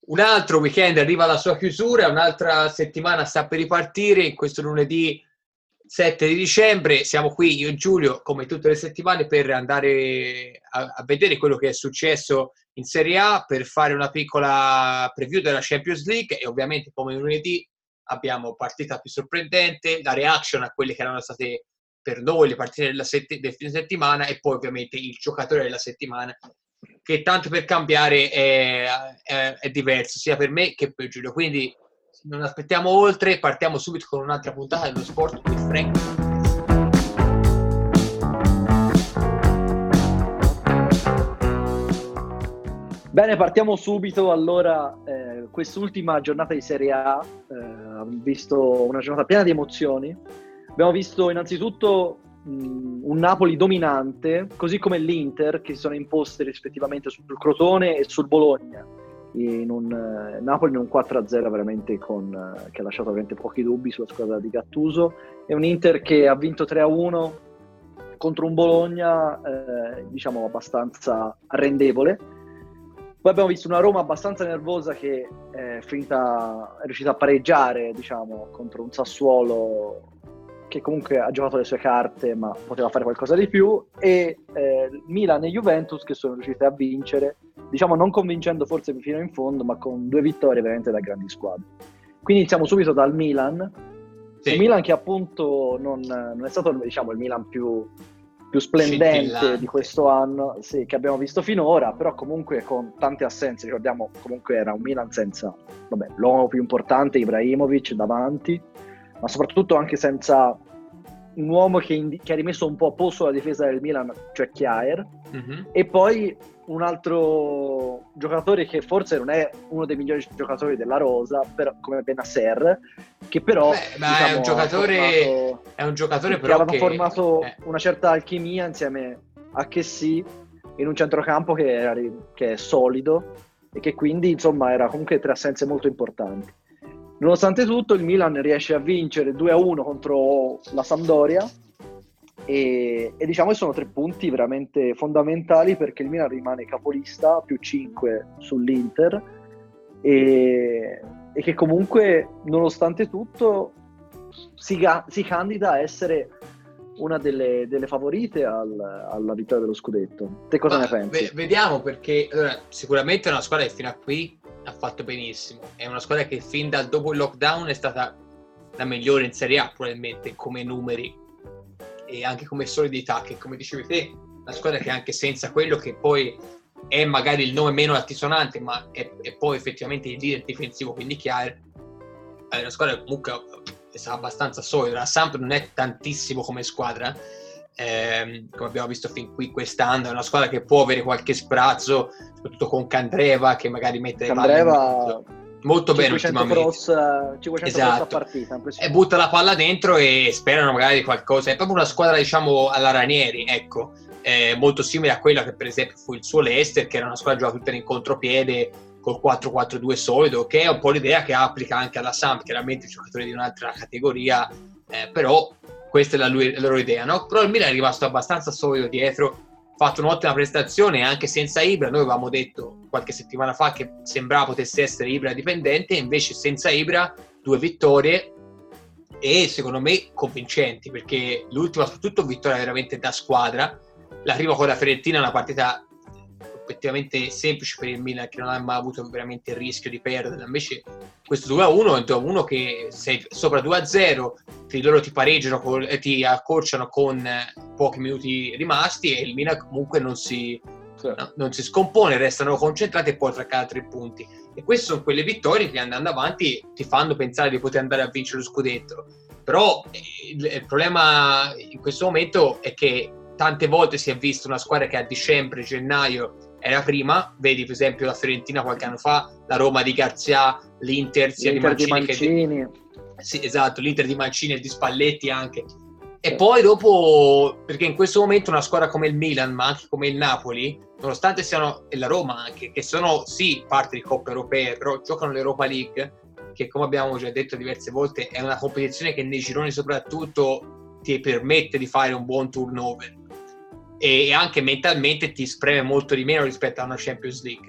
un altro weekend arriva alla sua chiusura, un'altra settimana sta per ripartire. Questo lunedì 7 di dicembre siamo qui, io e Giulio, come tutte le settimane, per andare a vedere quello che è successo in Serie A, per fare una piccola preview della Champions League e ovviamente come lunedì abbiamo partita più sorprendente, la reaction a quelle che erano state per noi le partite del fine settimana e poi ovviamente il giocatore della settimana, che tanto per cambiare è diverso sia per me che per Giulio. Quindi non aspettiamo oltre, partiamo subito con un'altra puntata dello Sport with Frank. Bene, partiamo subito. Allora, quest'ultima giornata di Serie A abbiamo visto una giornata piena di emozioni. Abbiamo visto innanzitutto un Napoli dominante, così come l'Inter, che si sono imposte rispettivamente sul Crotone e sul Bologna, in un Napoli in un 4-0 veramente che ha lasciato veramente pochi dubbi sulla squadra di Gattuso, e un Inter che ha vinto 3-1 contro un Bologna diciamo abbastanza arrendevole. Poi abbiamo visto una Roma abbastanza nervosa che è riuscita a pareggiare, diciamo, contro un Sassuolo che comunque ha giocato le sue carte ma poteva fare qualcosa di più, e Milan e Juventus che sono riuscite a vincere, diciamo non convincendo forse fino in fondo, ma con 2 vittorie veramente da grandi squadre. Quindi iniziamo subito dal Milan. Sì. Il Milan che appunto non è stato, diciamo, il Milan più splendente di questo anno, sì, che abbiamo visto finora, però comunque con tante assenze. Ricordiamo, comunque era un Milan senza l'uomo più importante, Ibrahimovic, davanti, ma soprattutto anche senza un uomo che ha rimesso un po' a posto la difesa del Milan, cioè Kjaer, e poi un altro giocatore che forse non è uno dei migliori giocatori della rosa, però, come Bennacer, che però diciamo, è un giocatore che però aveva formato una certa alchimia insieme a Kessie in un centrocampo che è solido e che quindi insomma era comunque 3 assenze molto importanti. Nonostante tutto il Milan riesce a vincere 2-1 contro la Sampdoria e diciamo che sono 3 punti veramente fondamentali, perché il Milan rimane capolista, più 5 sull'Inter, e che comunque nonostante tutto si candida a essere una delle favorite alla vittoria dello scudetto. Te cosa ne pensi? Vediamo, perché allora, sicuramente è una squadra che fino a qui ha fatto benissimo, è una squadra che fin dal dopo il lockdown è stata la migliore in Serie A probabilmente come numeri e anche come solidità, che come dicevi te, una squadra che anche senza quello che poi è magari il nome meno altisonante, ma è poi effettivamente il leader difensivo, quindi Kjaer, è una squadra che comunque è stata abbastanza solida. La Samp non è tantissimo come squadra, come abbiamo visto fin qui quest'anno, è una squadra che può avere qualche sprazzo, soprattutto con Candreva, che magari mette le palle molto bene ultimamente, 500 esatto, cross a partita, e butta la palla dentro e sperano magari di qualcosa. È proprio una squadra, diciamo, alla Ranieri, ecco, molto simile a quella che per esempio fu il suo Leicester, che era una squadra giocata tutta in contropiede col 4-4-2 solido, che è un po' l'idea che applica anche alla Samp, chiaramente giocatori di un'altra categoria, però questa è la loro idea, no? Però il Milan è rimasto abbastanza solido dietro, ha fatto un'ottima prestazione anche senza Ibra. Noi avevamo detto qualche settimana fa che sembrava potesse essere Ibra dipendente, invece senza Ibra 2 vittorie e secondo me convincenti, perché l'ultima soprattutto vittoria veramente da squadra. La prima con la Fiorentina è una partita effettivamente semplice per il Milan, che non ha mai avuto veramente il rischio di perdere. Invece questo 2-1 è un 2-1 che sei sopra 2-0, loro ti pareggiano, ti accorciano con pochi minuti rimasti e il Milan comunque non si scompone, restano concentrati e poi traccano 3 punti. E queste sono quelle vittorie che andando avanti ti fanno pensare di poter andare a vincere lo scudetto. Però il problema in questo momento è che tante volte si è visto una squadra che a dicembre, gennaio era prima, vedi per esempio la Fiorentina qualche anno fa, la Roma di Garcia, l'Inter sia l'Inter di Mancini. Sì, esatto, l'Inter di Mancini e di Spalletti anche. E poi dopo, perché in questo momento una squadra come il Milan, ma anche come il Napoli, nonostante siano, e la Roma anche, che sono sì parte di Coppe Europee, però giocano l'Europa League, che come abbiamo già detto diverse volte è una competizione che nei gironi soprattutto ti permette di fare un buon turnover e anche mentalmente ti spreme molto di meno rispetto a una Champions League.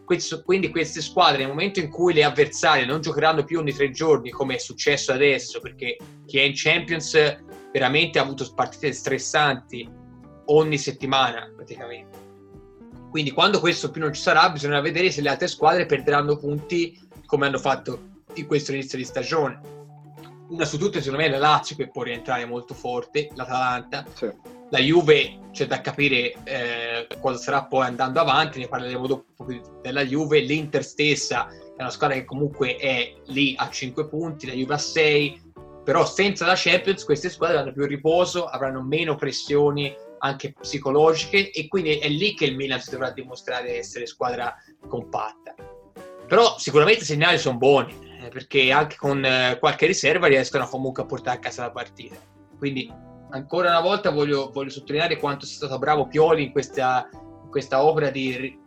quindi queste squadre, nel momento in cui le avversarie non giocheranno più ogni 3 giorni, come è successo adesso, perché chi è in Champions veramente ha avuto partite stressanti ogni settimana praticamente. Quindi quando questo più non ci sarà, bisogna vedere se le altre squadre perderanno punti come hanno fatto in questo inizio di stagione. Una su tutte secondo me è la Lazio, che può rientrare molto forte, l'Atalanta, sì. La Juve c'è da capire cosa sarà poi andando avanti, ne parleremo dopo della Juve. L'Inter stessa è una squadra che comunque è lì a 5 punti, la Juve a 6, però senza la Champions queste squadre avranno più riposo, avranno meno pressioni anche psicologiche, e quindi è lì che il Milan si dovrà dimostrare essere squadra compatta. Però sicuramente i segnali sono buoni, perché anche con qualche riserva riescono comunque a portare a casa la partita. Quindi ancora una volta voglio sottolineare quanto sia stato bravo Pioli in questa opera di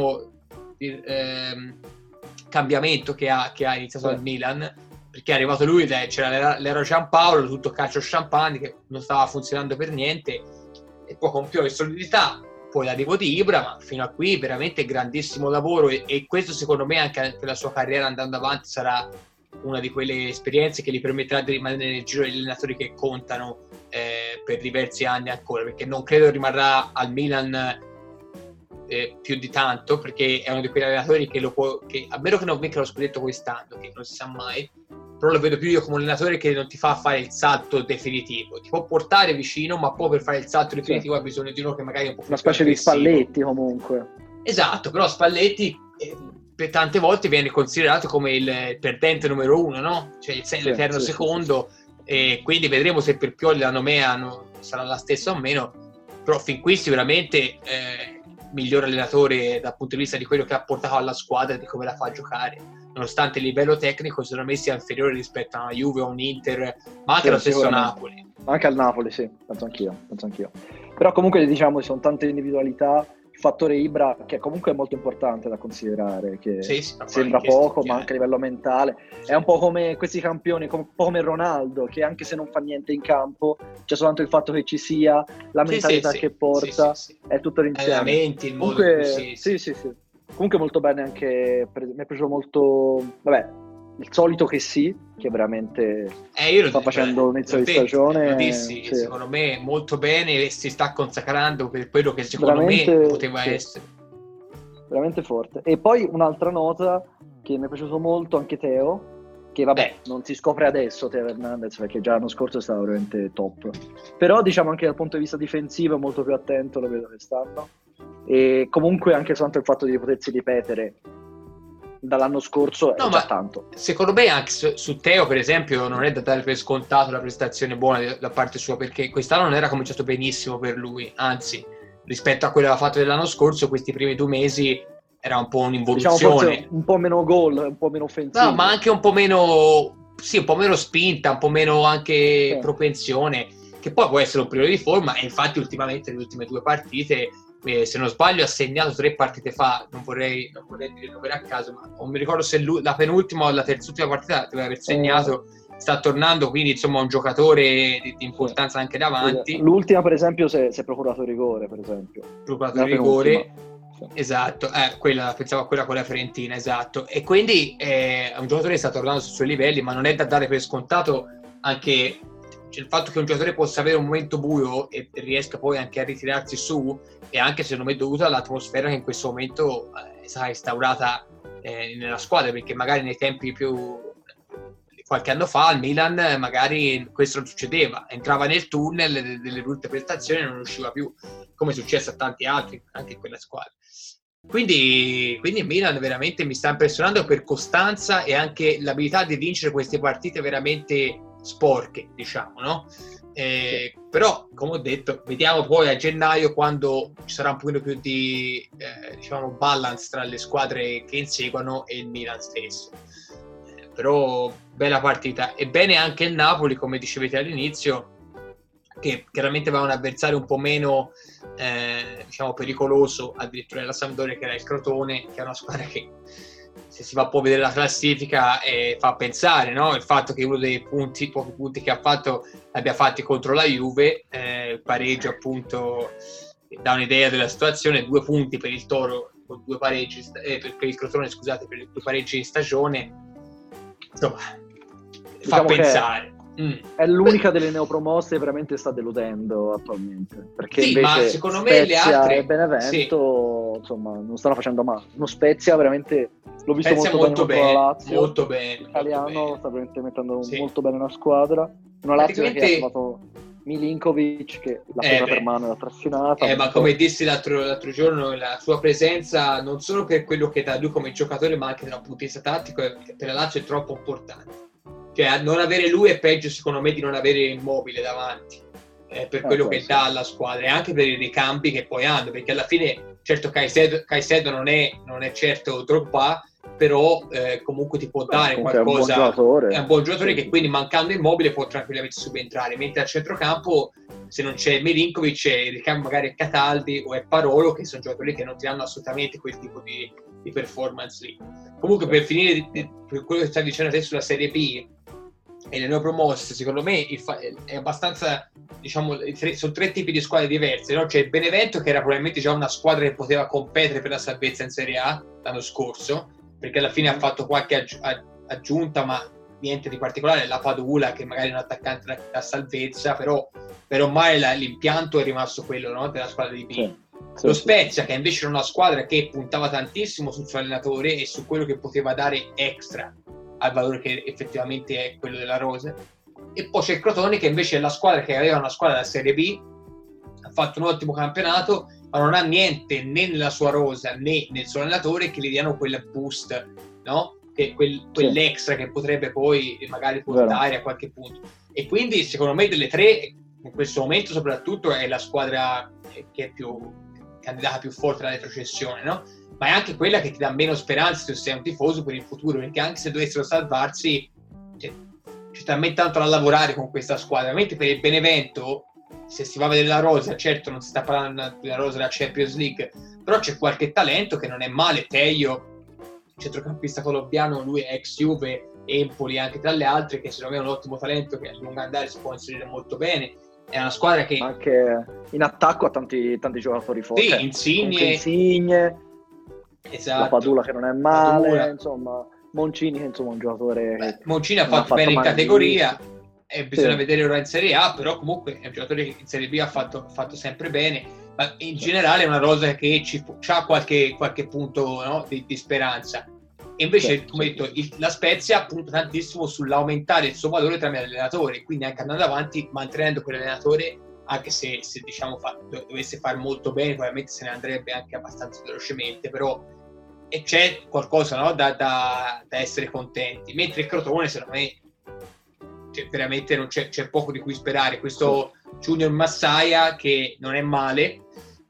cambiamento che ha iniziato al Milan, perché è arrivato lui, c'era l'era Giampaolo, tutto calcio champagne che non stava funzionando per niente, e poi con Pioli solidità, poi l'arrivo di Ibra, ma fino a qui veramente grandissimo lavoro, e questo secondo me anche per la sua carriera andando avanti sarà una di quelle esperienze che gli permetterà di rimanere nel giro degli allenatori che contano per diversi anni ancora, perché non credo rimarrà al Milan più di tanto, perché è uno di quegli allenatori che a meno che non vinca lo scudetto quest'anno, che non si sa mai, però lo vedo più io come un allenatore che non ti fa fare il salto definitivo, ti può portare vicino, ma poi per fare il salto definitivo ha bisogno di uno che magari è un po' più una specie di Spalletti comunque. Esatto, però Spalletti per tante volte viene considerato come il perdente numero 1, no? Cioè l'eterno secondo. E quindi vedremo se per Pioli la nomea sarà la stessa o meno, però fin qui sicuramente miglior allenatore dal punto di vista di quello che ha portato alla squadra e di come la fa giocare, nonostante il livello tecnico secondo me sia inferiore rispetto a una Juve o un Inter, ma anche allo stesso Napoli. Anche al Napoli, sì, penso anch'io. Però comunque diciamo ci sono tante individualità. Il fattore Ibra, che comunque è molto importante da considerare, che sembra poco, ma anche a livello mentale. È un po' come questi campioni, un po' come Ronaldo, che anche se non fa niente in campo, c'è soltanto il fatto che ci sia, la mentalità che porta, è tutto l'insieme. Comunque, sì. Comunque molto bene anche, mi è piaciuto molto, il solito che veramente sta facendo l'inizio di stagione. Secondo me molto bene, e si sta consacrando per quello che secondo me poteva essere. Veramente forte. E poi un'altra nota che mi è piaciuto molto, anche Teo, che non si scopre adesso Teo Hernandez, perché già l'anno scorso stava veramente top. Però diciamo anche dal punto di vista difensivo è molto più attento, lo vedo quest'anno. E comunque anche soltanto il fatto di potersi ripetere dall'anno scorso è già tanto. Secondo me anche su Teo per esempio non è da dare per scontato la prestazione buona da parte sua, perché quest'anno non era cominciato benissimo per lui, anzi rispetto a quello che aveva fatto dell'anno scorso questi primi 2 mesi era un po' un'involuzione, diciamo un po' meno gol, un po' meno offensivo, no, ma anche un po' meno spinta, un po' meno anche propensione, che poi può essere un periodo di forma, e infatti ultimamente le ultime 2 partite, se non sbaglio ha segnato 3 partite fa, non vorrei dire il numero a caso, ma non mi ricordo se la penultima o la terzultima partita deve aver segnato, sta tornando, quindi insomma un giocatore di importanza anche davanti. L'ultima per esempio si è procurato il rigore, esatto, pensavo a quella con la Fiorentina, esatto, e quindi è un giocatore che sta tornando sui suoi livelli, ma non è da dare per scontato anche il fatto che un giocatore possa avere un momento buio e riesca poi anche a ritirarsi su, e anche secondo me dovuto all'atmosfera che in questo momento è stata instaurata nella squadra, perché magari nei tempi più qualche anno fa al Milan magari questo non succedeva, entrava nel tunnel delle brutte prestazioni e non usciva più, come è successo a tanti altri anche in quella squadra. Quindi il Milan veramente mi sta impressionando per costanza e anche l'abilità di vincere queste partite veramente sporche, diciamo, no? Però come ho detto, vediamo poi a gennaio, quando ci sarà un pochino più di balance tra le squadre che inseguono e il Milan stesso. Però bella partita, e bene anche il Napoli, come dicevete all'inizio, che chiaramente aveva un avversario un po' meno pericoloso addirittura della Sampdoria, che era il Crotone, che è una squadra che, se si va a poi vedere la classifica, fa pensare, no? Il fatto che uno dei pochi punti che ha fatto l'abbia fatti contro la Juve, il pareggio appunto dà un'idea della situazione, 2 punti per il Toro con 2 pareggi, per il Crotone, scusate, per i 2 pareggi in stagione, insomma, diciamo fa pensare. È l'unica delle neopromosse veramente sta deludendo attualmente, perché sì, invece ma secondo me le altre e Benevento insomma non stanno facendo male. Uno Spezia veramente l'ho visto molto bene contro la Lazio, molto bene, italiano, sta veramente mettendo molto bene una squadra, una Lazio che ha trovato Milinkovic che l'ha presa per mano e l'ha trascinata. Ma come dissi l'altro giorno, la sua presenza non solo per quello che dà lui come giocatore, ma anche dal punto di vista tattico, per la Lazio è troppo importante. Cioè, non avere lui è peggio secondo me di non avere Immobile davanti, per quello che dà alla squadra e anche per i ricambi che poi hanno, perché alla fine, certo, Caicedo non è certo Drogba, però comunque ti può dare qualcosa. È un buon giocatore che quindi mancando Immobile può tranquillamente subentrare, mentre al centrocampo, se non c'è Milinkovic, il ricambio magari è Cataldi o è Parolo, che sono giocatori che non ti danno assolutamente quel tipo di performance lì. Comunque, per finire per quello che stavi dicendo te sulla Serie B e le neopromosse, secondo me è abbastanza, diciamo, sono 3 tipi di squadre diverse, no? C'è il Benevento, che era probabilmente già una squadra che poteva competere per la salvezza in Serie A l'anno scorso, perché alla fine ha fatto qualche aggiunta, ma niente di particolare. La Padula, che magari è un attaccante da salvezza, però ormai l'impianto è rimasto quello, no? Della squadra di B. Lo Spezia, che invece era una squadra che puntava tantissimo sul suo allenatore e su quello che poteva dare extra al valore che effettivamente è quello della rosa. E poi c'è il Crotone, che invece è la squadra che aveva una squadra da Serie B, ha fatto un ottimo campionato, ma non ha niente né nella sua rosa né nel suo allenatore che gli diano quel boost, no? Quell'extra che potrebbe poi magari portare a qualche punto. E quindi secondo me delle 3 in questo momento soprattutto è la squadra che è più candidata più forte alla retrocessione, no? Ma è anche quella che ti dà meno speranze se sei un tifoso per il futuro, perché anche se dovessero salvarsi c'è talmente tanto da lavorare con questa squadra. Mentre per il Benevento, se si va a vedere la rosa, certo non si sta parlando della rosa della Champions League, però c'è qualche talento che non è male. Teio, centrocampista colombiano, lui è ex Juve, Empoli anche tra le altre, che secondo me è un ottimo talento che a lungo andare si può inserire molto bene. È una squadra che anche in attacco ha tanti giocatori forti. Sì, Insigne, esatto. La Padula che non è male, insomma, Moncini che insomma è un giocatore. Moncini ha fatto bene in categoria e bisogna vedere ora in Serie A, però comunque è un giocatore che in Serie B ha fatto sempre bene, ma in generale è una rosa che ha qualche punto, no, di speranza. E invece, come detto, la Spezia punta tantissimo sull'aumentare il suo valore tramite l'allenatore, quindi anche andando avanti mantenendo quell'allenatore, anche se diciamo dovesse fare molto bene, probabilmente se ne andrebbe anche abbastanza velocemente, però c'è qualcosa, no, da essere contenti. Mentre il Crotone, secondo me, veramente non c'è poco di cui sperare. Questo Junior Massaia, che non è male,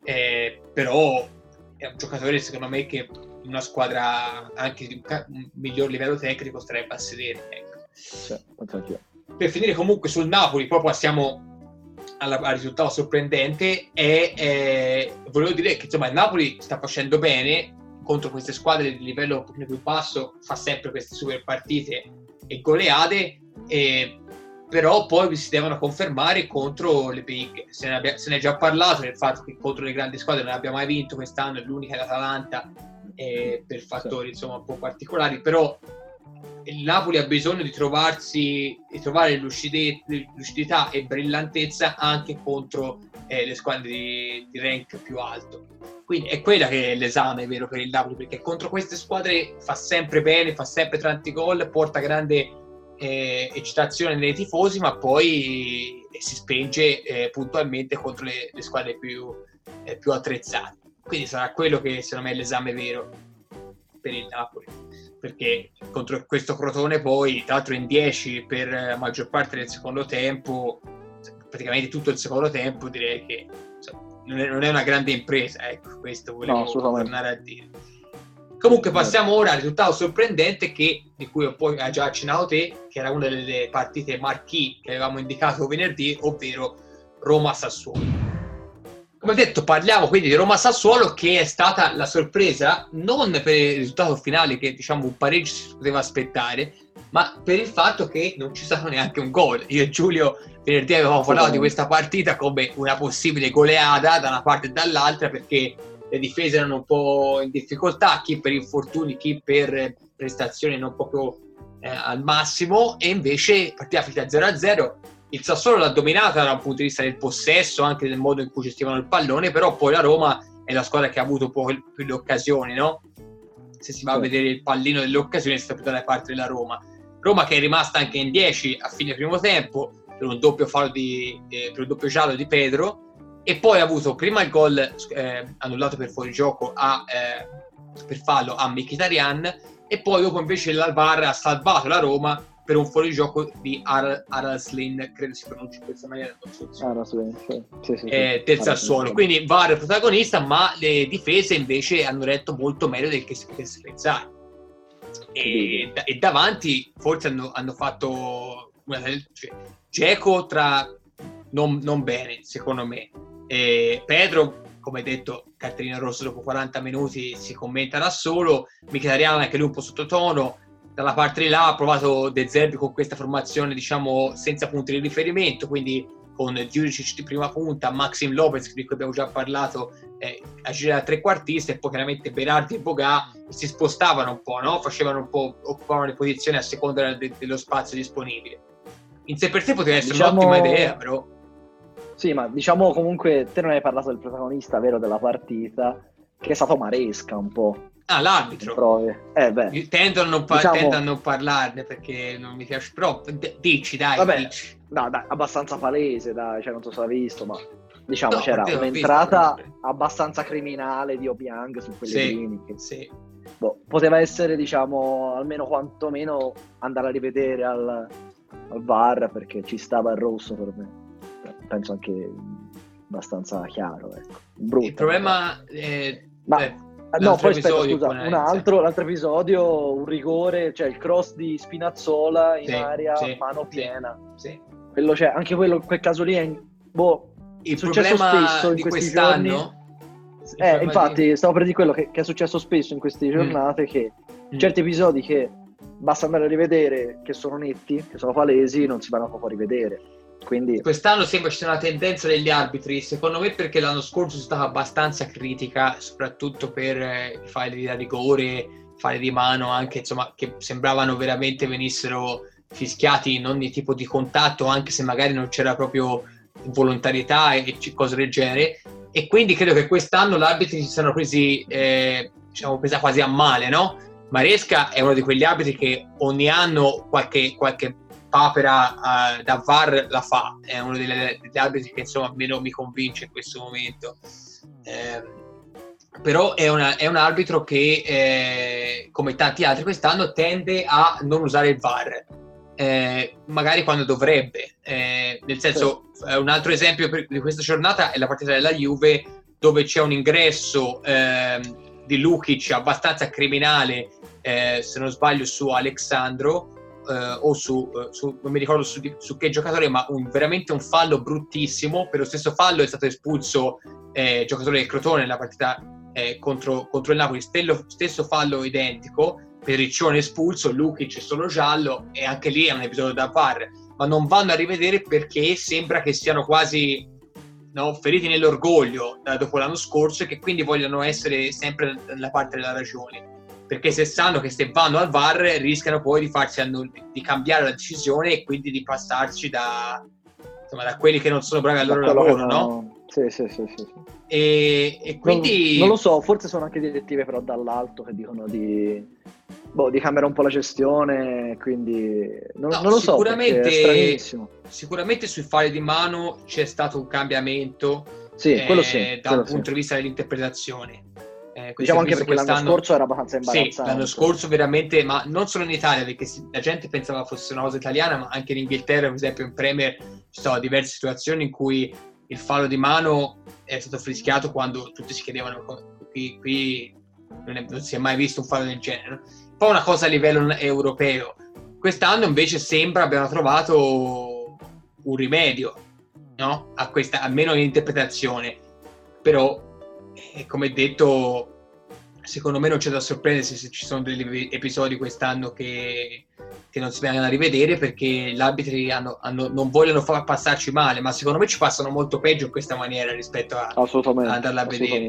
però è un giocatore, secondo me, che una squadra anche di un miglior livello tecnico starebbe a sedere, ecco. Per finire comunque sul Napoli, poi passiamo al risultato sorprendente, volevo dire che insomma il Napoli sta facendo bene contro queste squadre di livello un pochino più basso, fa sempre queste super partite e goleade, però poi si devono confermare contro le big. Se ne è già parlato del fatto che contro le grandi squadre non abbia mai vinto quest'anno, l'unica è l'Atalanta, per fattori insomma un po' particolari, però il Napoli ha bisogno di trovare lucidità e brillantezza anche contro le squadre di rank più alto. Quindi è quella che è l'esame vero per il Napoli, perché contro queste squadre fa sempre bene, fa sempre tanti gol, porta grande eccitazione nei tifosi, ma poi si spenge puntualmente contro le squadre più attrezzate. Quindi sarà quello che secondo me è l'esame vero per il Napoli, perché contro questo Crotone poi, tra l'altro in 10 per la maggior parte del secondo tempo, praticamente tutto il secondo tempo, direi che non è una grande impresa, ecco, questo volevo tornare a dire. Comunque passiamo ora al risultato sorprendente di cui poi hai già accennato te, che era una delle partite marquee che avevamo indicato venerdì, ovvero Roma-Sassuolo. Come detto, parliamo quindi di Roma-Sassuolo, che è stata la sorpresa non per il risultato finale, che diciamo un pareggio si poteva aspettare, ma per il fatto che non ci stato neanche un gol. Io e Giulio venerdì avevamo parlato di questa partita come una possibile goleada da una parte e dall'altra, perché le difese erano un po' in difficoltà, chi per infortuni, chi per prestazioni non proprio al massimo, e invece partita finita 0-0. Il Sassuolo l'ha dominata dal punto di vista del possesso, anche del modo in cui gestivano il pallone, però poi la Roma è la squadra che ha avuto un po' più le occasioni, no? Se si va a vedere il pallino delle occasioni è stato dalle parti della Roma che è rimasta anche in 10 a fine primo tempo per un doppio fallo per un doppio giallo di Pedro, e poi ha avuto prima il gol annullato per fuorigioco per fallo a Mkhitaryan, e poi dopo invece il VAR ha salvato la Roma per un fuorigioco di Araslin, credo si pronunci in questa maniera, del Sassuolo. Quindi VAR protagonista, ma le difese invece hanno retto molto meglio del che si potesse pensare. E davanti forse hanno fatto Dzeko non bene, secondo me. Pedro, come detto, cartellino rosso dopo 40 minuti, si commenta da solo. Mkhitaryan anche lui un po' sottotono. Dalla parte di là ha provato De Zerbi con questa formazione, diciamo, senza punti di riferimento, quindi con Djuricic di prima punta, Maxim Lopez, di cui abbiamo già parlato, a girare da trequartista, e poi chiaramente Berardi e Bogà si spostavano un po', no? Occupavano le posizioni a seconda dello spazio disponibile. In sé per sé poteva essere un'ottima idea, però. Sì, ma diciamo comunque, te non hai parlato del protagonista vero della partita, che è stato Maresca un po'. Ah, l'arbitro. Tendo a non parlarne perché non mi piace, però dici, dai. Vabbè, dici. No, dai, abbastanza palese, dai, cioè non so se l'hai visto, ma diciamo c'era un'entrata abbastanza criminale di Obiang su quelle linee. Sì. Poteva essere, diciamo, almeno quantomeno andare a rivedere al VAR, perché ci stava il rosso per me. Penso anche abbastanza chiaro, ecco. Brutto, il problema poi aspetta, scusa, l'altro episodio, un rigore, cioè il cross di Spinazzola in area, mano piena. Sì. Quello c'è, anche quel caso lì è il problema spesso in di questi quest'anno. Infatti stavo per dire quello che è successo spesso in queste giornate, che certi episodi che basta andare a rivedere, che sono netti, che sono palesi, non si vanno proprio a rivedere. Quindi quest'anno sembra ci sia una tendenza degli arbitri, secondo me, perché l'anno scorso è stata abbastanza critica, soprattutto per i falli da rigore, falli di mano, anche insomma, che sembravano veramente venissero fischiati in ogni tipo di contatto, anche se magari non c'era proprio volontarietà e cose del genere. E quindi credo che quest'anno gli arbitri si siano presi presa quasi a male, no? Maresca è uno di quegli arbitri che ogni anno qualche papera da VAR la fa, è uno degli arbitri che insomma meno mi convince in questo momento, però è un arbitro che come tanti altri quest'anno tende a non usare il VAR, magari quando dovrebbe, nel senso, un altro esempio di questa giornata è la partita della Juve, dove c'è un ingresso di Lukic abbastanza criminale, se non sbaglio su Alexandro, o non mi ricordo su che giocatore, ma veramente un fallo bruttissimo. Per lo stesso fallo è stato espulso il giocatore del Crotone nella partita contro il Napoli, stesso fallo identico, per Riccione espulso, Lukic solo giallo, e anche lì è un episodio da VAR, ma non vanno a rivedere perché sembra che siano quasi feriti nell'orgoglio dopo l'anno scorso, e che quindi vogliono essere sempre dalla parte della ragione, perché se sanno che se vanno al VAR rischiano poi di cambiare la decisione e quindi di passarci da quelli che non sono bravi al loro lavoro, no? Sì. E quindi non lo so, forse sono anche direttive però dall'alto che dicono di cambiare un po' la gestione, quindi non lo so, perché è stranissimo. Sicuramente sui falli di mano c'è stato un cambiamento, dal punto di vista dell'interpretazione. Diciamo anche perché l'anno scorso era abbastanza imbarazzante. Sì, l'anno scorso veramente, ma non solo in Italia, perché la gente pensava fosse una cosa italiana, ma anche in Inghilterra, per esempio in Premier, ci sono diverse situazioni in cui il fallo di mano è stato fischiato quando tutti si chiedevano qui non si è mai visto un fallo del genere, no? Poi una cosa a livello europeo. Quest'anno invece sembra abbiano trovato un rimedio, no? A questa, almeno l'interpretazione. Però, come detto, secondo me non c'è da sorprendersi se ci sono degli episodi quest'anno che non si vengono a rivedere, perché gli arbitri non vogliono far passarci male, ma secondo me ci passano molto peggio in questa maniera rispetto a andarla a vedere.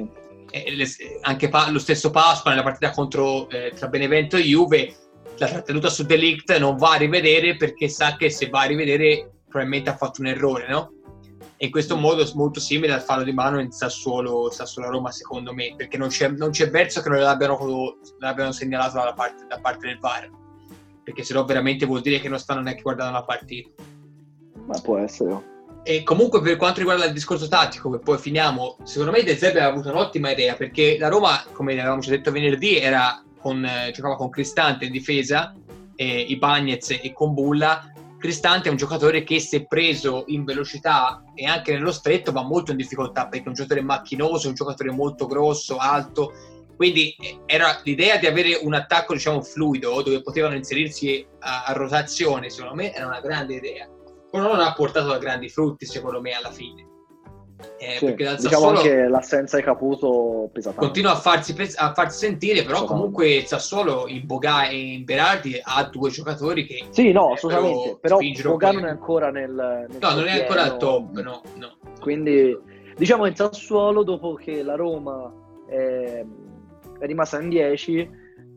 anche lo stesso Pasqua nella partita tra Benevento e Juve, la trattenuta su De Ligt non va a rivedere perché sa che se va a rivedere probabilmente ha fatto un errore, no? E in questo modo molto simile al fallo di mano in Sassuolo-Roma, secondo me, perché non c'è verso che non l'abbiano segnalato da parte del VAR, perché sennò veramente vuol dire che non stanno neanche guardando la partita. Ma può essere. E comunque per quanto riguarda il discorso tattico, che poi finiamo, secondo me De Zerbi aveva avuto un'ottima idea, perché la Roma, come avevamo già detto venerdì, giocava con Cristante in difesa, Ibañez e con Bulla. Cristante è un giocatore che, se preso in velocità e anche nello stretto, va molto in difficoltà, perché è un giocatore macchinoso, un giocatore molto grosso, alto, quindi era l'idea di avere un attacco, diciamo, fluido, dove potevano inserirsi a rotazione. Secondo me era una grande idea, però non ha portato a grandi frutti, secondo me, alla fine. Sì, perché dal diciamo Sassuolo anche l'assenza di Caputo pesa tanto. continua a farsi sentire, però comunque il Sassuolo in Boga e in Berardi ha due giocatori che sì, no, assolutamente, però Boga non è ancora nel no, non è ancora al top, no. Quindi diciamo il Sassuolo, dopo che la Roma è rimasta in 10,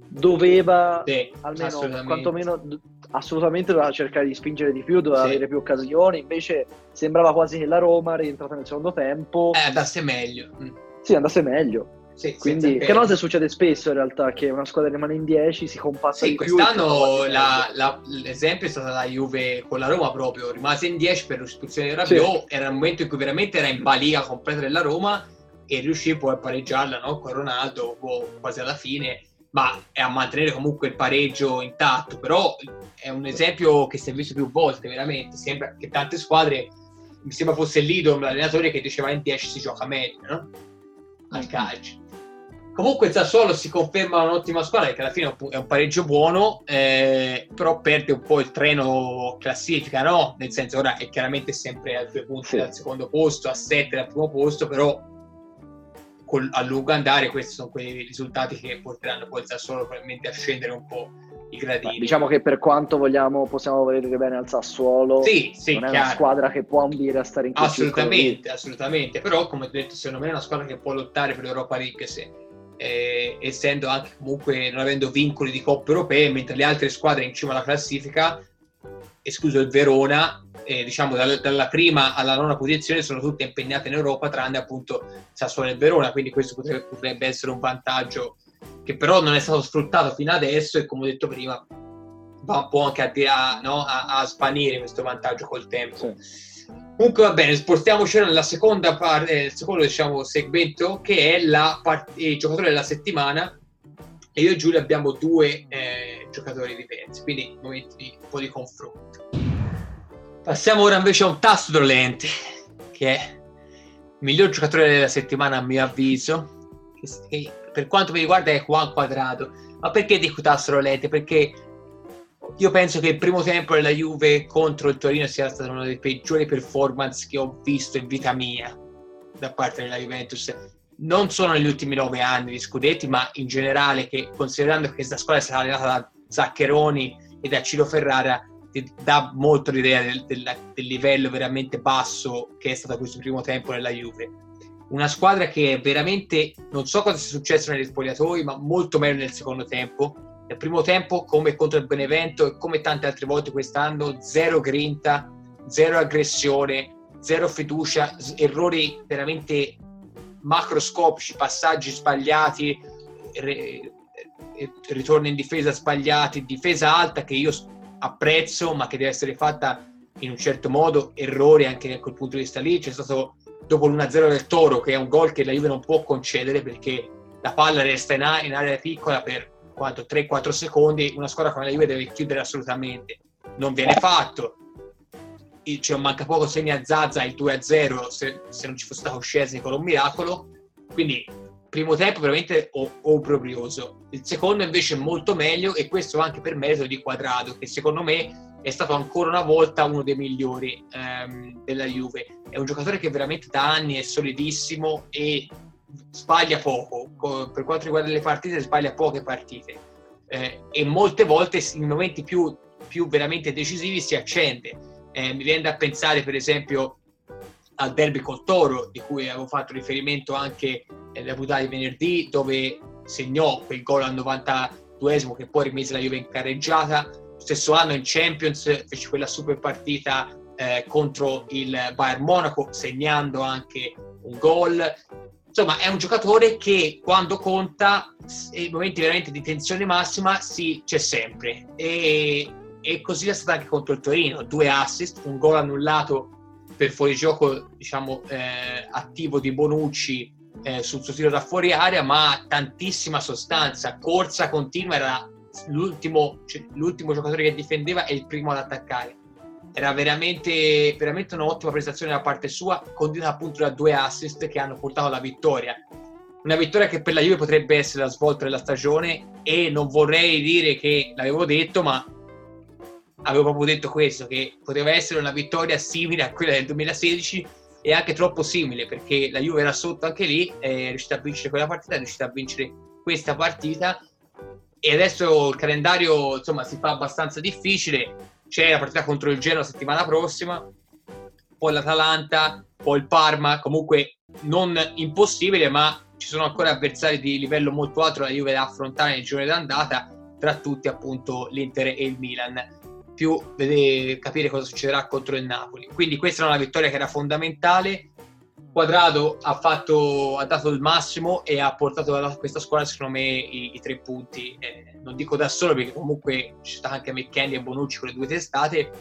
doveva almeno, quantomeno, assolutamente doveva cercare di spingere di più, doveva avere più occasioni. Invece sembrava quasi che la Roma, rientrata nel secondo tempo, andasse meglio. Sì, andasse meglio. Sì, quindi che cosa succede spesso in realtà, che una squadra rimane in 10, si compatta di più. Quest'anno l'esempio è stata la Juve con la Roma, proprio rimase in 10 per l'espulsione di Rabiot. Era il momento in cui veramente era in balia completa della Roma e riuscì poi a pareggiarla, no? Con Ronaldo quasi alla fine, ma a mantenere comunque il pareggio intatto. Però è un esempio che si è visto più volte, veramente. Sembra che tante squadre, mi sembra fosse l'Idom, l'allenatore, che diceva in 10 si gioca meglio, no? Al calcio. Comunque il Sassuolo si conferma un'ottima squadra, che alla fine è un pareggio buono, però perde un po' il treno classifica, no? Nel senso, ora è chiaramente sempre a 2 punti dal secondo posto, a 7 dal primo posto, però a lungo andare questi sono quei risultati che porteranno poi il Sassuolo probabilmente a scendere un po' i gradini. Diciamo che per quanto possiamo vedere bene al Sassuolo, non è una squadra che può ambire a stare in quel assolutamente, però come ho detto, secondo me è una squadra che può lottare per l'Europa League, essendo anche comunque non avendo vincoli di coppe europee, mentre le altre squadre in cima alla classifica, escluso il Verona, diciamo dalla prima alla nona posizione, sono tutte impegnate in Europa, tranne appunto Sassuolo e Verona, quindi questo potrebbe essere un vantaggio che però non è stato sfruttato fino adesso, e come ho detto prima va un po' anche a svanire questo vantaggio col tempo. Comunque va bene, spostiamoci nella seconda parte, il secondo, diciamo, segmento, che è il giocatore della settimana, e io e Giulio abbiamo 2 giocatori diversi, quindi momenti di un po' di confronto. Passiamo ora invece a un tasto dolente, che è il miglior giocatore della settimana a mio avviso, che per quanto mi riguarda è Juan Cuadrado. Ma perché dico tasto dolente? Perché io penso che il primo tempo della Juve contro il Torino sia stata una delle peggiori performance che ho visto in vita mia da parte della Juventus, non solo negli ultimi 9 anni di scudetti, ma in generale, che considerando che questa squadra è stata allenata da Zaccheroni e da Ciro Ferrara, ti dà molto l'idea del livello veramente basso che è stato questo primo tempo nella Juve. Una squadra che è veramente, non so cosa sia successo negli spogliatoi, ma molto meglio nel secondo tempo. Nel primo tempo, come contro il Benevento e come tante altre volte quest'anno, zero grinta, zero aggressione, zero fiducia, errori veramente macroscopici, passaggi sbagliati, ritorni in difesa sbagliati, difesa alta che io apprezzo, ma che deve essere fatta in un certo modo, errori anche da quel punto di vista lì. C'è stato dopo l'1-0 del Toro, che è un gol che la Juve non può concedere, perché la palla resta in area piccola per 3-4 secondi, una squadra come la Juve deve chiudere assolutamente, non viene fatto. Manca poco, segna Zaza il 2-0 se non ci fosse stato Szczęsny con un miracolo. Quindi primo tempo veramente obbrobrioso. Il secondo invece è molto meglio, e questo anche per merito di Cuadrado, che secondo me è stato ancora una volta uno dei migliori della Juve. È un giocatore che veramente da anni è solidissimo e sbaglia poco. Per quanto riguarda le partite, sbaglia poche partite, e molte volte in momenti più veramente decisivi si accende. Mi viene da pensare per esempio al derby col Toro, di cui avevo fatto riferimento anche nella puntata di venerdì, dove segnò quel gol al 92esimo che poi rimise la Juve in carreggiata. Lo stesso anno in Champions fece quella super partita contro il Bayern Monaco, segnando anche un gol. Insomma, è un giocatore che quando conta, in momenti veramente di tensione massima, c'è sempre. E così è stato anche contro il Torino: 2 assist, un gol annullato per fuorigioco, diciamo, attivo di Bonucci sul suo tiro da fuori area, ma tantissima sostanza, corsa continua. Era l'ultimo giocatore che difendeva e il primo ad attaccare. Era veramente un'ottima prestazione da parte sua, condita appunto da 2 assist che hanno portato alla vittoria. Una vittoria che per la Juve potrebbe essere la svolta della stagione, e non vorrei dire che l'avevo detto, ma avevo proprio detto questo, che poteva essere una vittoria simile a quella del 2016, e anche troppo simile, perché la Juve era sotto anche lì, è riuscita a vincere quella partita, è riuscita a vincere questa partita, e adesso il calendario, insomma, si fa abbastanza difficile. C'è la partita contro il Genoa settimana prossima, poi l'Atalanta, poi il Parma, comunque non impossibile, ma ci sono ancora avversari di livello molto alto la Juve da affrontare nel girone d'andata, tra tutti appunto l'Inter e il Milan, più capire cosa succederà contro il Napoli. Quindi questa era una vittoria che era fondamentale. Quadrado ha dato il massimo e ha portato a questa squadra, secondo me, i 3 punti. Non dico da solo, perché comunque c'è stato anche McKennie e Bonucci con le 2 testate,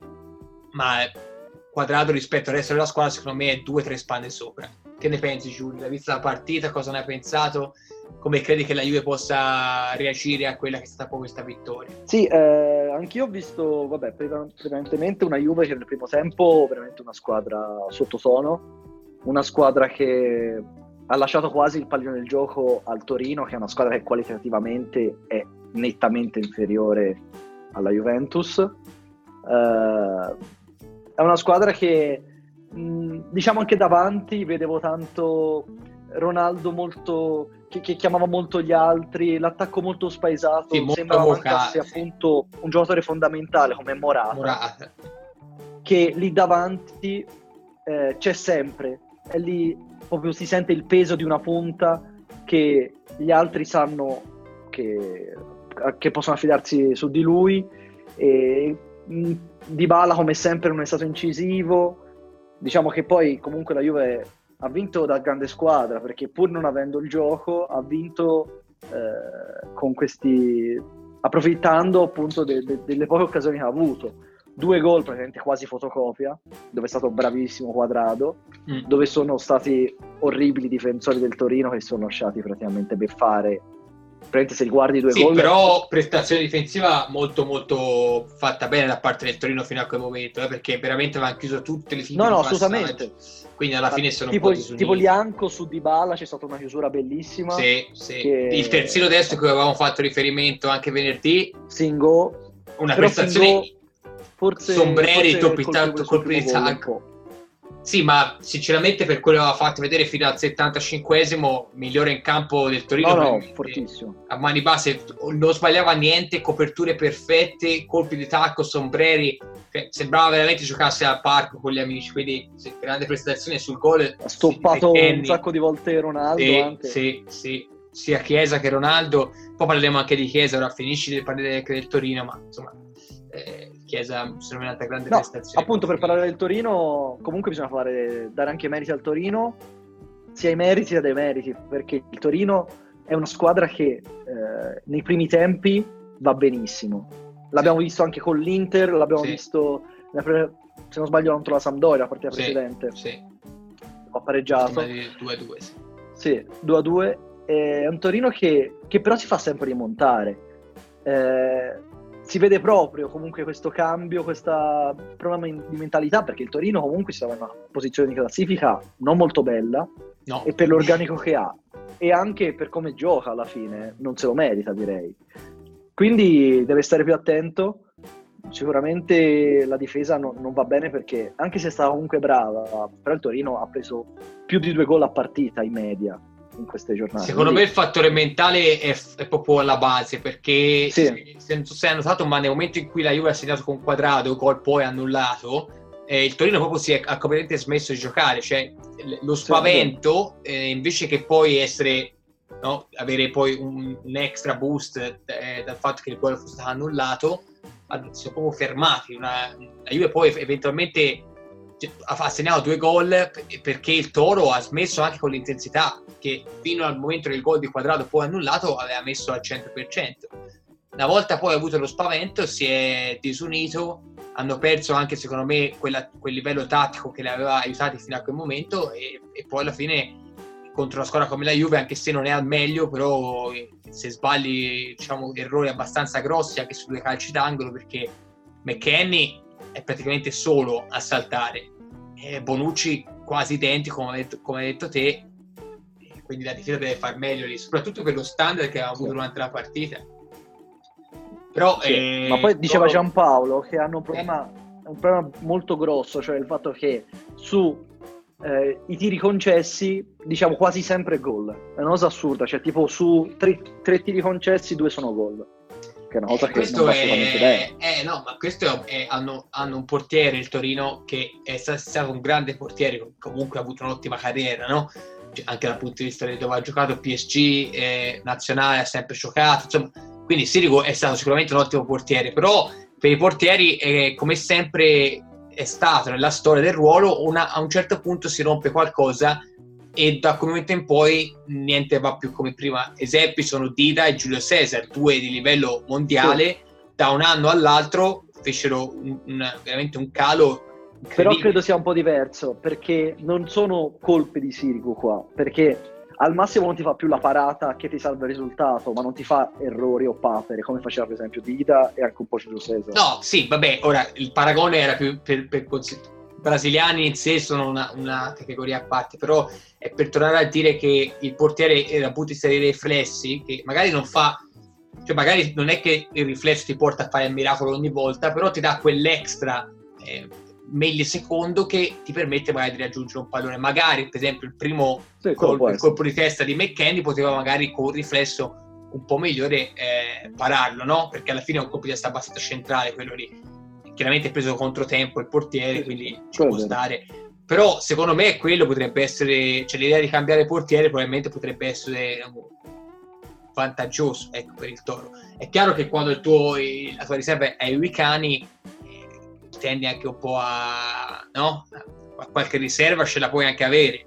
ma Quadrado rispetto al resto della squadra secondo me è 2-3 spanne sopra. Che ne pensi, Giulio? Hai visto la partita? Cosa ne hai pensato? Come credi che la Juve possa reagire a quella che è stata poi questa vittoria? Sì, anch'io ho visto, prevalentemente una Juve che nel primo tempo veramente una squadra sottotono, una squadra che ha lasciato quasi il pallino del gioco al Torino, che è una squadra che qualitativamente è nettamente inferiore alla Juventus. È una squadra che, diciamo, anche davanti vedevo tanto Ronaldo molto che chiamava molto gli altri, l'attacco molto spaesato, sì, sembrava mancasse appunto un giocatore fondamentale come Morata. Che lì davanti c'è sempre, e lì proprio si sente il peso di una punta che gli altri sanno che possono affidarsi su di lui. E Dybala, come sempre, non è stato incisivo. Diciamo che poi comunque la Juve ha vinto da grande squadra, perché pur non avendo il gioco ha vinto con questi, approfittando appunto delle poche occasioni che ha avuto. 2 gol praticamente quasi fotocopia, dove è stato bravissimo Quadrado, dove sono stati orribili i difensori del Torino che sono lasciati praticamente beffare. Praticamente se guardi 2 gol... Però prestazione difensiva molto molto fatta bene da parte del Torino fino a quel momento, perché veramente avevano chiuso tutte le finte. No, assolutamente. Quindi alla fine sono tipo, un po' disuniti. Tipo Lianco su Dybala c'è stata una chiusura bellissima. Sì. Il terzino destro cui avevamo fatto riferimento anche venerdì. Singo. Una prestazione... Sombreri, colpi di tacco. Sì, ma sinceramente per quello che aveva fatto vedere fino al 75esimo, migliore in campo del Torino. No, fortissimo. A mani basse non sbagliava niente, coperture perfette, colpi di tacco, sombreri. Sembrava veramente giocasse al parco con gli amici. Quindi grande prestazione sul gol. Ha stoppato un sacco di volte Ronaldo. Anche. Sì. Sia Chiesa che Ronaldo. Poi parleremo anche di Chiesa, ora finisci di parlare del Torino, ma insomma... Chiesa sono una grande prestazione. Appunto, per parlare del Torino comunque bisogna dare anche meriti al Torino, sia i meriti sia dei meriti, perché il Torino è una squadra che nei primi tempi va benissimo. L'abbiamo visto anche con l'Inter, l'abbiamo visto se non sbaglio contro la Sampdoria la partita precedente. Ha pareggiato 2-2. Sì, 2-2. È un Torino che però si fa sempre rimontare. Si vede proprio comunque questo cambio, questa problema di mentalità, perché il Torino comunque si trova in una posizione di classifica non molto bella, e per l'organico che ha e anche per come gioca alla fine non se lo merita, direi. Quindi deve stare più attento. Sicuramente la difesa non va bene, perché anche se è stata comunque brava, però il Torino ha preso più di 2 gol a partita in media in queste giornate. Secondo me il fattore mentale è proprio alla base, perché se non hai notato, ma nel momento in cui la Juve ha segnato con Quadrado, gol poi annullato, il Torino proprio ha completamente smesso di giocare, cioè lo spavento, invece che poi essere, no, avere poi un extra boost dal fatto che il gol fosse stato annullato, si sono proprio fermati. La Juve poi eventualmente ha segnato 2 gol perché il Toro ha smesso anche con l'intensità, che fino al momento del gol di Quadrato poi annullato aveva messo al 100%. Una volta poi avuto lo spavento si è disunito, hanno perso anche secondo me quel livello tattico che li aveva aiutati fino a quel momento, e poi alla fine contro una squadra come la Juve, anche se non è al meglio, però se sbagli, diciamo, errori abbastanza grossi anche su 2 calci d'angolo, perché McKennie è praticamente solo a saltare, Bonucci quasi identico come hai detto te, quindi la difesa deve far meglio lì, soprattutto per lo standard che aveva avuto durante la partita. Però, ma poi diceva Giampaolo che hanno un problema molto grosso, cioè il fatto che su i tiri concessi, diciamo, quasi sempre gol. È una cosa assurda, cioè tipo su 3 tiri concessi 2 sono gol, che è una cosa che questo non va assolutamente bene. no, ma questo hanno un portiere, il Torino, che è stato un grande portiere, comunque ha avuto un'ottima carriera, no? Anche dal punto di vista di dove ha giocato, PSG, nazionale, ha sempre giocato, insomma, quindi Sirigu è stato sicuramente un ottimo portiere, però per i portieri, come sempre è stato nella storia del ruolo, a un certo punto si rompe qualcosa e da quel momento in poi niente va più come prima. Esempi sono Dida e Giulio Cesar, 2 di livello mondiale, da un anno all'altro fecero veramente un calo incredibile. Però credo sia un po' diverso, perché non sono colpe di Sirigu qua, perché al massimo non ti fa più la parata che ti salva il risultato, ma non ti fa errori o papere come faceva per esempio Dida e anche un po' Giulio Cesar. No, sì, vabbè, ora il paragone era più per brasiliani in sé sono una categoria a parte, però è per tornare a dire che il portiere dal punto di vista dei riflessi, che magari non fa, cioè magari non è che il riflesso ti porta a fare il miracolo ogni volta, però ti dà quell'extra millisecondo che ti permette magari di raggiungere un pallone. Magari per esempio il primo colpo di testa di McKennie poteva magari con un riflesso un po' migliore pararlo, no? Perché alla fine è un colpo di testa abbastanza centrale quello lì, chiaramente è preso controtempo il portiere, quindi ci può stare, però secondo me quello potrebbe essere, cioè l'idea di cambiare portiere probabilmente potrebbe essere vantaggioso, ecco, per il Toro. È chiaro che quando la tua riserva è Uicani, tendi anche un po' a qualche riserva ce la puoi anche avere,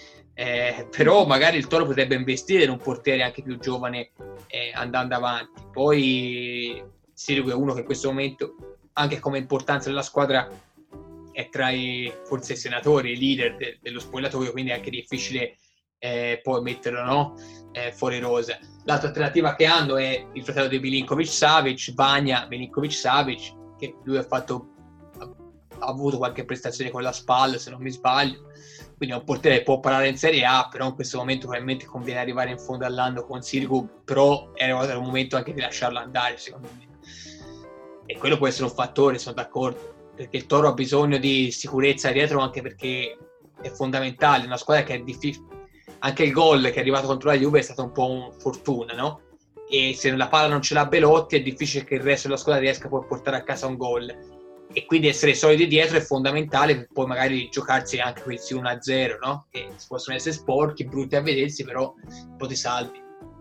però magari il Toro potrebbe investire in un portiere anche più giovane, andando avanti. Poi Sirigu è uno che in questo momento, anche come importanza della squadra, è tra i forse senatori, i leader dello spogliatoio, quindi è anche difficile poi metterlo fuori rosa. L'altra alternativa che hanno è il fratello di Milinkovic-Savic, Vanja Milinkovic-Savic, che lui ha avuto qualche prestazione con la SPAL, se non mi sbaglio, quindi è un portiere che può parare in Serie A, però in questo momento probabilmente conviene arrivare in fondo all'anno con Sirigu, però è arrivato il momento anche di lasciarlo andare, secondo me, e quello può essere un fattore, sono d'accordo, perché il Toro ha bisogno di sicurezza dietro, anche perché è fondamentale, una squadra che è difficile. Anche il gol che è arrivato contro la Juve è stato un po' un fortuna, no? E se la palla non ce l'ha Belotti è difficile che il resto della squadra riesca poi a portare a casa un gol, e quindi essere solidi dietro è fondamentale per poi magari giocarsi anche questi 1-0, no? Che possono essere sporchi, brutti a vedersi, però un po' ti salvi.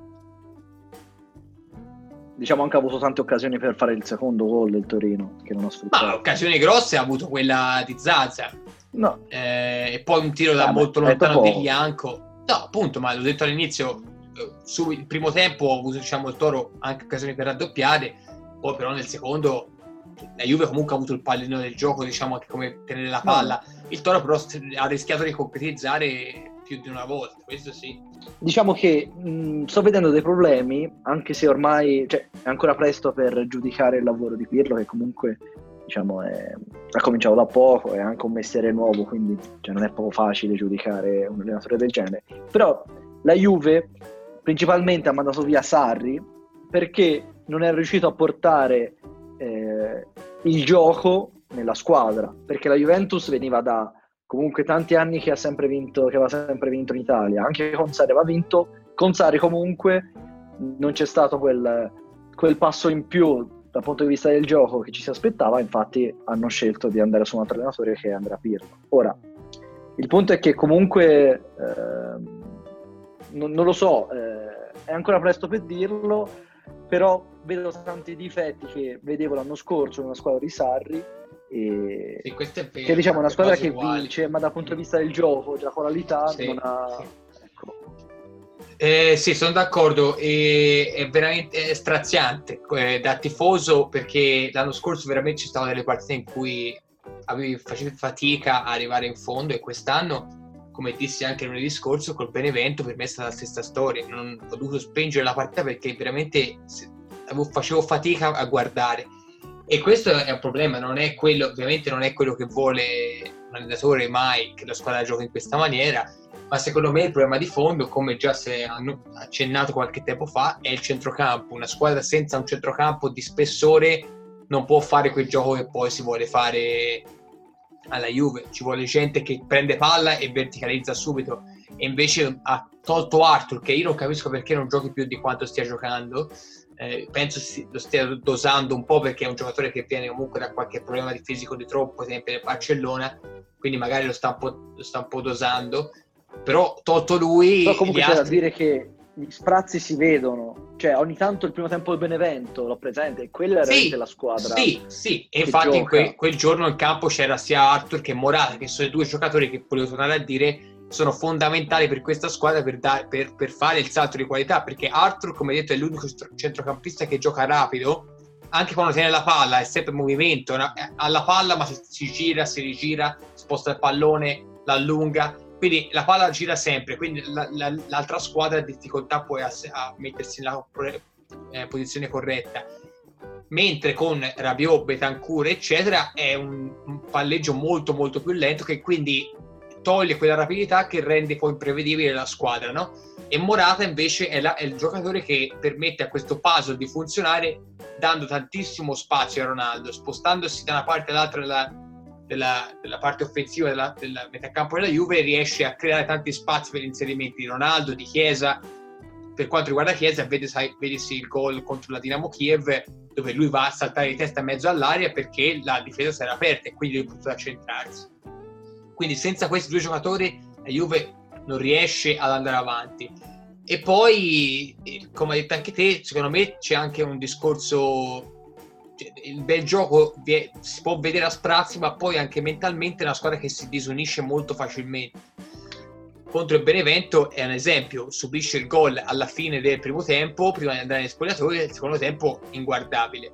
Diciamo anche ha avuto tante occasioni per fare il secondo gol del Torino, che non ha sfruttato. Ma occasioni grosse ha avuto quella di Zaza, no. E poi un tiro da molto lontano di Bianco. No, appunto, ma l'ho detto all'inizio, il primo tempo ha avuto, diciamo, il Toro anche occasioni per raddoppiare, poi però nel secondo la Juve comunque ha avuto il pallino del gioco, diciamo, anche come tenere la palla. Il Toro però ha rischiato di concretizzare più di una volta, questo sì. Diciamo che sto vedendo dei problemi, anche se ormai è ancora presto per giudicare il lavoro di Pirlo, che comunque, diciamo, ha cominciato da poco, è anche un mestiere nuovo, quindi non è proprio facile giudicare un allenatore del genere. Però la Juve principalmente ha mandato via Sarri perché non è riuscito a portare il gioco nella squadra, perché la Juventus veniva da comunque tanti anni che aveva sempre vinto in Italia, anche con Sarri aveva vinto, con Sarri comunque non c'è stato quel passo in più dal punto di vista del gioco che ci si aspettava, infatti hanno scelto di andare su un altro allenatore che è Andrea Pirlo. Ora, il punto è che comunque non lo so, è ancora presto per dirlo, però vedo tanti difetti che vedevo l'anno scorso in una squadra di Sarri, e sì, questo è vero, che diciamo è una squadra che uguali. vince, ma dal punto di vista del gioco, della qualità, sì, non ha... sì. Ecco. Sì, sono d'accordo, è veramente straziante da tifoso, perché l'anno scorso veramente ci stavano delle partite in cui facevi fatica a arrivare in fondo, e quest'anno, come dissi anche lunedì scorso, col Benevento per me è stata la stessa storia. Non ho dovuto spingere la partita perché veramente facevo fatica a guardare, e questo è un problema. Non è quello, ovviamente non è quello che vuole un allenatore mai, che la squadra giochi in questa maniera, ma secondo me il problema di fondo, come già si è accennato qualche tempo fa, è il centrocampo. Una squadra senza un centrocampo di spessore non può fare quel gioco che poi si vuole fare alla Juve. Ci vuole gente che prende palla e verticalizza subito, e invece ha tolto Arthur, che io non capisco perché non giochi più di quanto stia giocando. Penso lo stia dosando un po', perché è un giocatore che viene comunque da qualche problema di fisico di troppo, sempre nel Barcellona, quindi magari lo sta un po' dosando. Però tolto lui, però comunque gli c'è da altri... dire che gli sprazzi si vedono, cioè ogni tanto il primo tempo del Benevento l'ho presente, e quella è veramente la squadra. Sì, e infatti in quel giorno in campo c'era sia Arthur che Morata, che sono i due giocatori che, volevo tornare a dire, sono fondamentali per questa squadra per fare il salto di qualità, perché Arthur, come detto, è l'unico centrocampista che gioca rapido, anche quando tiene la palla è sempre in movimento, ha la palla ma si gira, si rigira, sposta il pallone, l'allunga, quindi la palla gira sempre, quindi l'altra squadra ha difficoltà poi a mettersi nella posizione corretta. Mentre con Rabiot, Bentancur eccetera è un palleggio molto molto più lento, che quindi toglie quella rapidità che rende poi imprevedibile la squadra, no? E Morata invece è il giocatore che permette a questo puzzle di funzionare, dando tantissimo spazio a Ronaldo, spostandosi da una parte all'altra della parte offensiva del metacampo della Juve, riesce a creare tanti spazi per gli inserimenti di Ronaldo, di Chiesa. Per quanto riguarda Chiesa, vedesi il gol contro la Dinamo Kiev, dove lui va a saltare di testa in mezzo all'area perché la difesa si era aperta e quindi lui poteva centrarsi. Quindi senza questi due giocatori la Juve non riesce ad andare avanti. E poi, come hai detto anche te, secondo me c'è anche un discorso... Il bel gioco si può vedere a sprazzi, ma poi anche mentalmente è una squadra che si disunisce molto facilmente. Contro il Benevento è un esempio: subisce il gol alla fine del primo tempo, prima di andare in spogliatoio, e il secondo tempo inguardabile.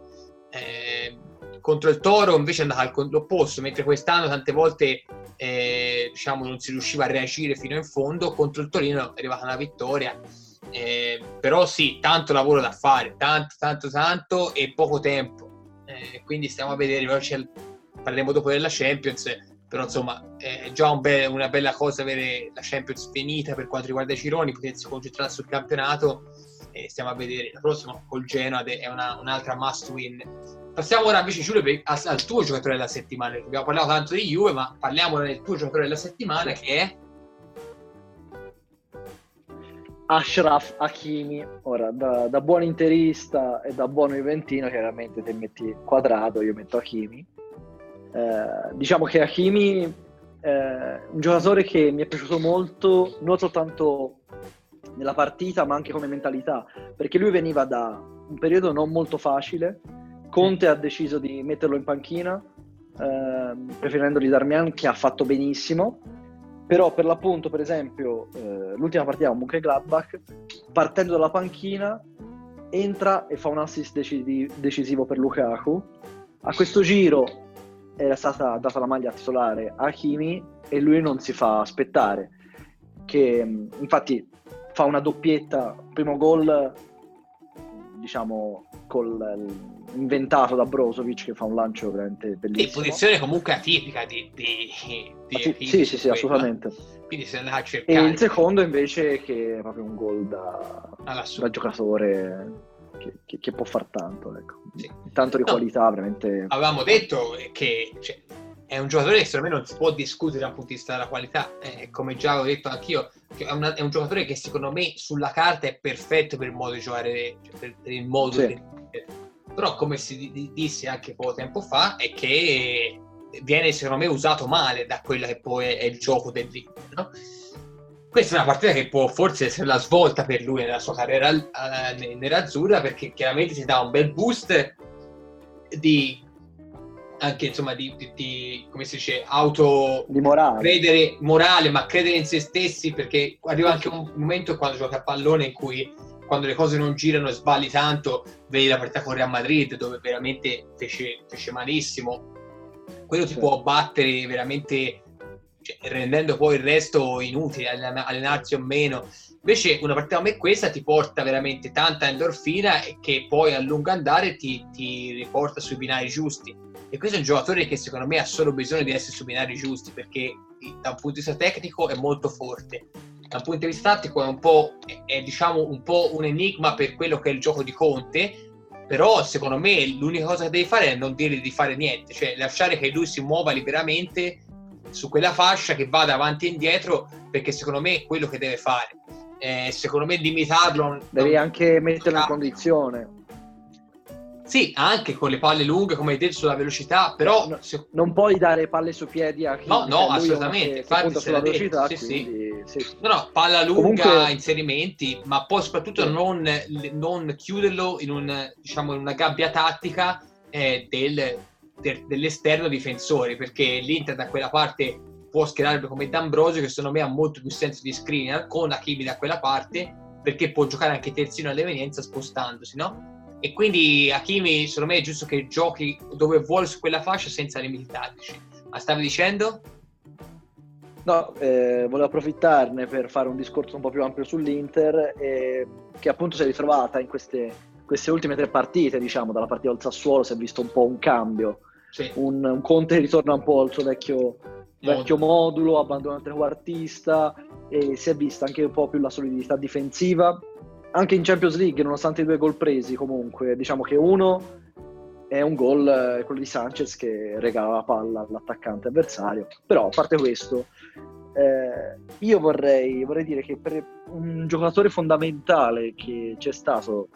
Contro il Toro invece è andata all'opposto, mentre quest'anno tante volte diciamo non si riusciva a reagire fino in fondo. Contro il Torino è arrivata una vittoria, però sì, tanto lavoro da fare, tanto e poco tempo, quindi stiamo a vedere. Parleremo dopo della Champions, però insomma è già una bella cosa avere la Champions finita per quanto riguarda i gironi, potersi concentrare sul campionato, e stiamo a vedere la prossima col Genoa, è un'altra must win. Passiamo ora invece, Giulio, al tuo giocatore della settimana. Abbiamo parlato tanto di Juve, ma parliamo del tuo giocatore della settimana, che è Achraf Hakimi. Ora, da buon interista e da buono juventino, chiaramente te metti Quadrato, io metto Hakimi. Diciamo che Hakimi è un giocatore che mi è piaciuto molto, non soltanto nella partita ma anche come mentalità, perché lui veniva da un periodo non molto facile. Conte ha deciso di metterlo in panchina, preferendogli Darmian, che ha fatto benissimo, però per l'appunto, per esempio, l'ultima partita con Mönchengladbach, partendo dalla panchina entra e fa un assist decisivo per Lukaku. A questo giro era stata data la maglia titolare a Hakimi e lui non si fa aspettare, che infatti fa una doppietta, primo gol diciamo inventato da Brozovic, che fa un lancio veramente bellissimo. Posizione comunque atipica di sì, assolutamente. Quindi si è andato a cercare. E il secondo invece, che è proprio un gol da giocatore che può far tanto, ecco. Sì. Tanto di qualità, veramente. Avevamo detto che è un giocatore che secondo me non si può discutere dal punto di vista della qualità, come già avevo detto anch'io, è un giocatore che secondo me sulla carta è perfetto per il modo di giocare, per il modo di... però come si disse anche poco tempo fa, è che viene secondo me usato male da quella che poi è il gioco dell'Inter, no? Questa è una partita che può forse essere la svolta per lui nella sua carriera nerazzurra, perché chiaramente si dà un bel boost di anche insomma di come si dice, di morale. Morale, ma credere in se stessi, perché arriva anche un momento quando gioca a pallone in cui, quando le cose non girano e sbagli tanto, vedi la partita con Real Madrid dove veramente fece malissimo, quello ti può battere veramente, cioè, rendendo poi il resto inutile, allenarsi o meno. Invece una partita come questa ti porta veramente tanta endorfina e che poi a lungo andare ti riporta sui binari giusti. E questo è un giocatore che secondo me ha solo bisogno di essere sui binari giusti, perché da un punto di vista tecnico è molto forte, da un punto di vista tattico è diciamo un po' un enigma per quello che è il gioco di Conte, però secondo me l'unica cosa che devi fare è non dirgli di fare niente, cioè lasciare che lui si muova liberamente su quella fascia, che vada avanti e indietro, perché secondo me è quello che deve fare. Secondo me limitarlo, devi anche metterlo in condizione. Sì, anche con le palle lunghe, come hai detto, sulla velocità, però non puoi dare palle sui piedi a chi no, assolutamente, punta sulla velocità, sì, quindi, sì. No, palla lunga, comunque, inserimenti, ma poi soprattutto sì, non chiuderlo in una gabbia tattica dell'esterno difensore, perché l'Inter da quella parte può schierare come D'Ambrosio, che secondo me ha molto più senso di screener, con Hakimi da quella parte, perché può giocare anche terzino all'evenienza spostandosi, no? E quindi Hakimi secondo me è giusto che giochi dove vuole su quella fascia senza limiti tattici. Ma stavi dicendo? No, volevo approfittarne per fare un discorso un po' più ampio sull'Inter, che appunto si è ritrovata in queste ultime 3 partite, diciamo, dalla partita del Sassuolo si è visto un po' un cambio, sì. un Conte ritorna un po' al suo vecchio modulo, abbandona il trequartista e si è vista anche un po' più la solidità difensiva. Anche in Champions League, nonostante i 2 gol presi, comunque, diciamo che uno è un gol, quello di Sanchez, che regala la palla all'attaccante avversario. Però, a parte questo, io vorrei dire che per un giocatore fondamentale che c'è stato,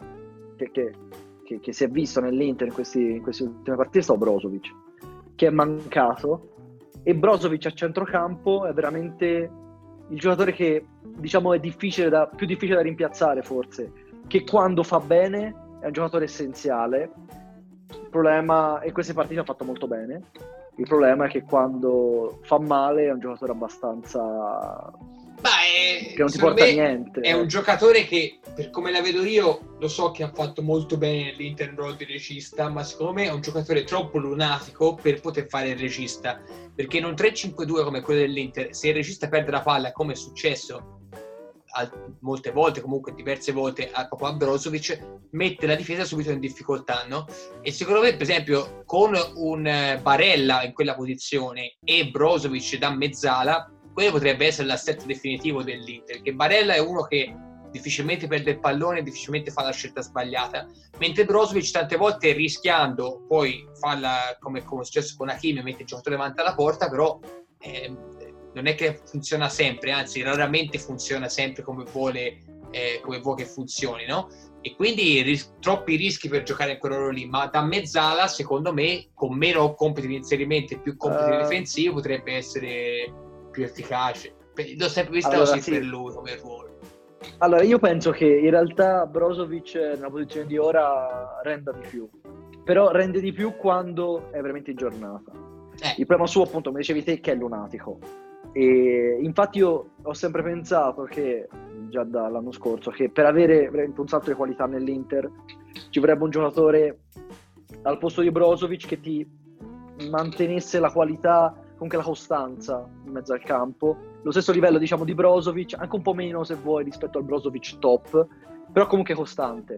che si è visto nell'Inter in queste ultime partite, è stato Brozovic, che è mancato, e Brozovic a centrocampo è veramente il giocatore che, diciamo, è più difficile da rimpiazzare, forse, che quando fa bene è un giocatore essenziale. Il problema, e queste partite ha fatto molto bene, il problema è che quando fa male è un giocatore abbastanza che non ti porta a niente. È un giocatore che, per come la vedo io, lo so che ha fatto molto bene l'Inter in ruolo di regista, ma secondo me è un giocatore troppo lunatico per poter fare il regista, perché in un 3-5-2 come quello dell'Inter, se il regista perde la palla, come è successo molte volte, comunque diverse volte proprio a Brozovic, mette la difesa subito in difficoltà, no? E secondo me, per esempio, con un Barella in quella posizione e Brozovic da mezzala, quello potrebbe essere l'assetto definitivo dell'Inter, che Barella è uno che difficilmente perde il pallone, difficilmente fa la scelta sbagliata, mentre Brozovic tante volte, rischiando poi farla come è successo con Hakimi, mette il giocatore davanti alla porta, però non è che funziona sempre, anzi raramente funziona sempre come vuole che funzioni, no? E quindi troppi rischi per giocare in quel ruolo lì, ma da mezzala, secondo me, con meno compiti di inserimento e più compiti difensivi, potrebbe essere più efficace. L'ho sempre vista così, sì, per lui come ruolo. Allora, io penso che in realtà Brozovic nella posizione di ora renda di più, però rende di più quando è veramente in giornata. Il problema suo, appunto, come dicevi te, che è lunatico. E infatti io ho sempre pensato che, già dall'anno scorso, che per avere veramente un salto di qualità nell'Inter ci vorrebbe un giocatore al posto di Brozovic che ti mantenesse la qualità, comunque la costanza in mezzo al campo, lo stesso livello, diciamo, di Brozovic, anche un po' meno se vuoi rispetto al Brozovic top, però comunque costante.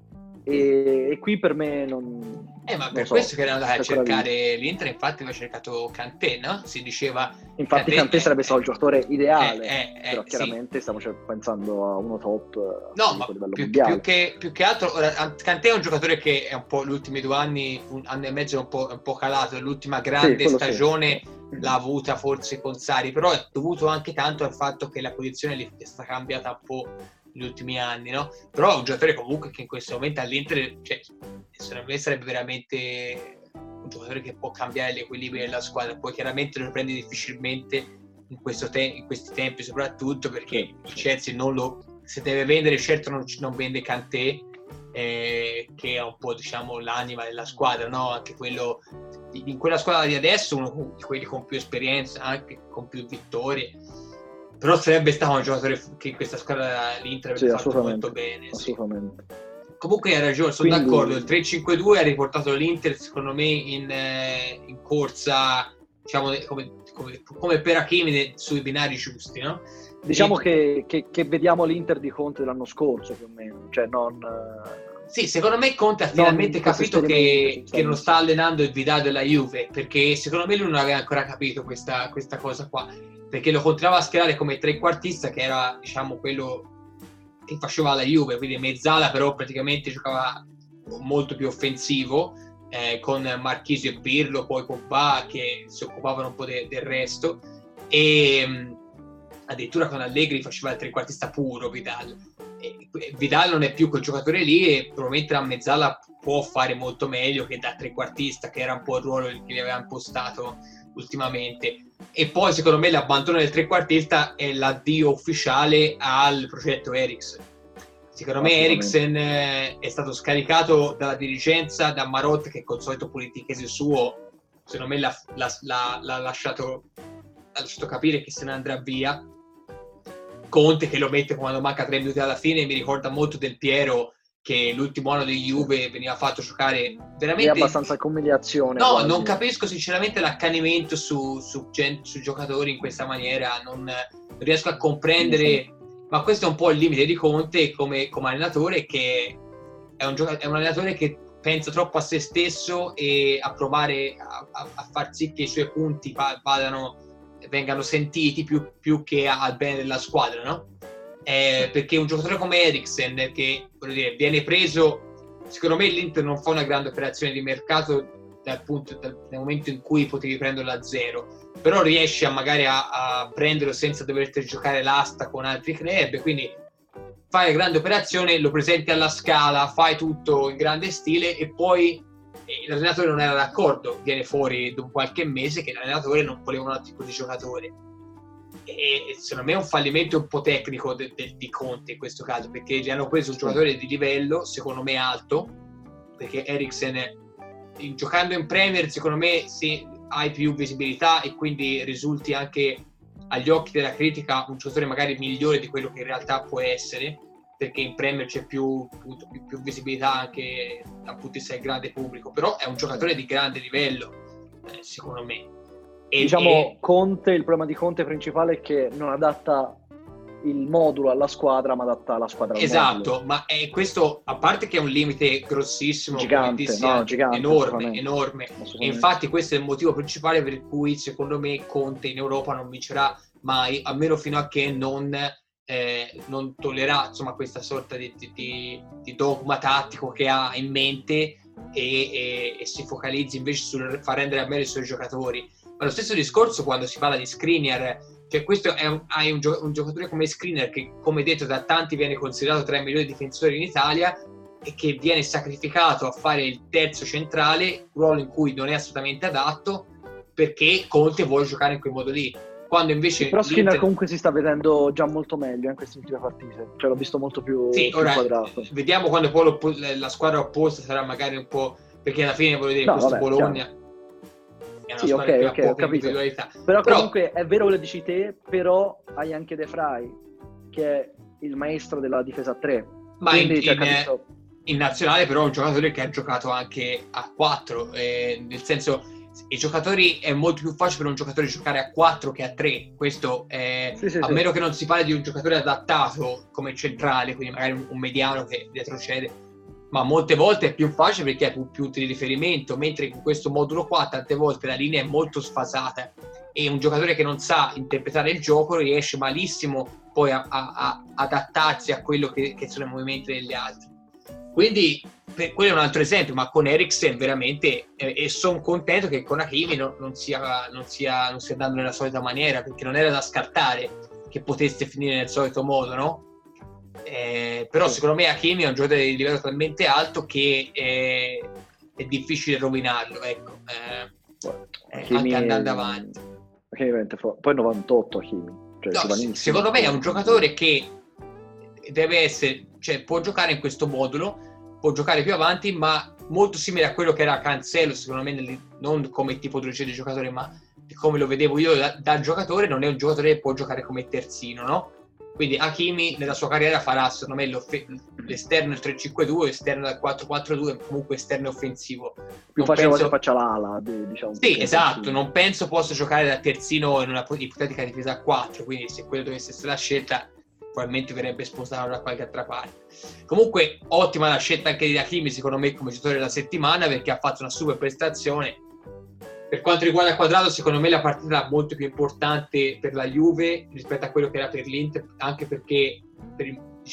E qui per me non ma per questo che erano andati a cercare l'Inter, infatti aveva cercato Kanté, no? Si diceva infatti Kanté sarebbe stato il giocatore ideale, però chiaramente sì, stiamo pensando a uno top, no, ma più che altro ora, Kanté è un giocatore che è un po' gli ultimi 2 anni, 1 anno e mezzo è un po' calato, l'ultima grande stagione l'ha avuta forse con Sarri, però è dovuto anche tanto al fatto che la posizione gli è stata cambiata un po' negli ultimi anni, no? Però è un giocatore comunque che in questo momento all'Inter, cioè, secondo me sarebbe veramente un giocatore che può cambiare l'equilibrio della squadra. Poi chiaramente lo prendi difficilmente in questi tempi, soprattutto perché il Chelsea se deve vendere, certo non vende Kanté, che è un po', diciamo, l'anima della squadra, no? Anche quello in quella squadra di adesso, uno di quelli con più esperienza, anche con più vittorie, però sarebbe stato un giocatore che in questa squadra l'Inter avrebbe fatto molto bene. Assolutamente. Sì. Comunque hai ragione, sono d'accordo, il 3-5-2 ha riportato l'Inter secondo me in corsa, diciamo, come per Hakimi sui binari giusti, no? Diciamo che vediamo l'Inter di Conte dell'anno scorso, più o meno, cioè non... Sì, secondo me Conte ha finalmente capito che non sta allenando il Vidal della Juve, perché secondo me lui non aveva ancora capito questa cosa qua, perché lo continuava a schierare come trequartista, che era, diciamo, quello che faceva la Juve, quindi mezzala, però praticamente giocava molto più offensivo, con Marchisio e Pirlo, poi Pogba che si occupavano un po' del resto, e addirittura con Allegri faceva il trequartista puro Vidal. Vidal non è più quel giocatore lì e probabilmente la mezzala può fare molto meglio che da trequartista, che era un po' il ruolo che gli aveva impostato ultimamente. E poi secondo me l'abbandono del trequartista è l'addio ufficiale al progetto Eriksen. Secondo me Eriksen è stato scaricato dalla dirigenza, da Marotta, che col solito politichese suo secondo me l'ha lasciato capire che se ne andrà via. Conte che lo mette quando manca 3 minuti alla fine, mi ricorda molto Del Piero, che l'ultimo anno di Juve veniva fatto giocare veramente... È abbastanza umiliazione. No, quasi. Non capisco sinceramente l'accanimento su giocatori in questa maniera, non riesco a comprendere, ma questo è un po' il limite di Conte come allenatore, che è un allenatore che pensa troppo a se stesso e a provare a far sì che i suoi punti vengano sentiti più che al bene della squadra, no? Perché un giocatore come Eriksen, che voglio dire, viene preso, secondo me l'Inter non fa una grande operazione di mercato dal momento in cui potevi prenderlo a zero, però riesci magari a prenderlo senza dover giocare l'asta con altri club, quindi fai la grande operazione, lo presenti alla Scala, fai tutto in grande stile e poi l'allenatore non era d'accordo, viene fuori dopo qualche mese che l'allenatore non voleva un altro tipo di giocatore, e secondo me è un fallimento un po' tecnico di Conte in questo caso, perché gli hanno preso un giocatore di livello secondo me alto, perché Eriksen giocando in Premier secondo me se hai più visibilità e quindi risulti anche agli occhi della critica un giocatore magari migliore di quello che in realtà può essere, perché in Premier c'è più visibilità anche dal punto di vista del grande pubblico, però è un giocatore di grande livello, secondo me. Conte, il problema di Conte principale è che non adatta il modulo alla squadra, ma adatta la squadra al modulo. Esatto, ma questo, a parte che è un limite grossissimo, gigante, enorme, e infatti questo è il motivo principale per cui secondo me Conte in Europa non vincerà mai, almeno fino a che non tollererà, insomma, questa sorta di dogma tattico che ha in mente e si focalizzi invece sul far rendere a meglio i suoi giocatori. Ma lo stesso discorso quando si parla di Skriniar, cioè questo hai un giocatore come Skriniar che, come detto, da tanti viene considerato tra i migliori difensori in Italia e che viene sacrificato a fare il terzo centrale, ruolo in cui non è assolutamente adatto, perché Conte vuole giocare in quel modo lì. Quando invece però Skriniar comunque si sta vedendo già molto meglio in queste ultime partite, cioè l'ho visto molto più quadrato. Vediamo quando poi la squadra opposta sarà magari un po', perché alla fine voglio dire, questo Bologna chiaro. Sì, ok, ho capito. Però comunque è vero quello che dici te, però hai anche De Vrij, che è il maestro della difesa a 3. Ma in nazionale però è un giocatore che ha giocato anche a 4, nel senso, i giocatori è molto più facile per un giocatore giocare a 4 che a 3, questo meno che non si parli di un giocatore adattato come centrale, quindi magari un mediano che retrocede, ma molte volte è più facile perché hai più di riferimento, mentre in questo modulo qua tante volte la linea è molto sfasata e un giocatore che non sa interpretare il gioco riesce malissimo poi a adattarsi a quello che sono i movimenti degli altri. Quindi quello è un altro esempio, ma con Eriksen veramente e sono contento che con Hakimi non stia andando nella solita maniera, perché non era da scartare che potesse finire nel solito modo, no? Però secondo me Hakimi è un giocatore di livello talmente alto che è difficile rovinarlo, ecco, anche andando avanti. Poi 98 Hakimi, cioè, secondo me è un giocatore che deve essere, cioè può giocare in questo modulo, può giocare più avanti, ma molto simile a quello che era Cancelo, secondo me, non come tipologia di giocatore, ma come lo vedevo io da giocatore. Non è un giocatore che può giocare come terzino, no? Quindi Hakimi nella sua carriera farà, secondo me, l'esterno del 3-5-2, l'esterno del 4-4-2, comunque esterno offensivo. Più facile che faccia l'ala, diciamo. Sì, esatto, non penso possa giocare da terzino in una ipotetica difesa a 4, quindi se quello dovesse essere la scelta, probabilmente verrebbe spostato da qualche altra parte. Comunque ottima la scelta anche di Hakimi, secondo me, come giocatore della settimana, perché ha fatto una super prestazione. Per quanto riguarda Quadrado, secondo me la partita è molto più importante per la Juve rispetto a quello che era per l'Inter, anche perché per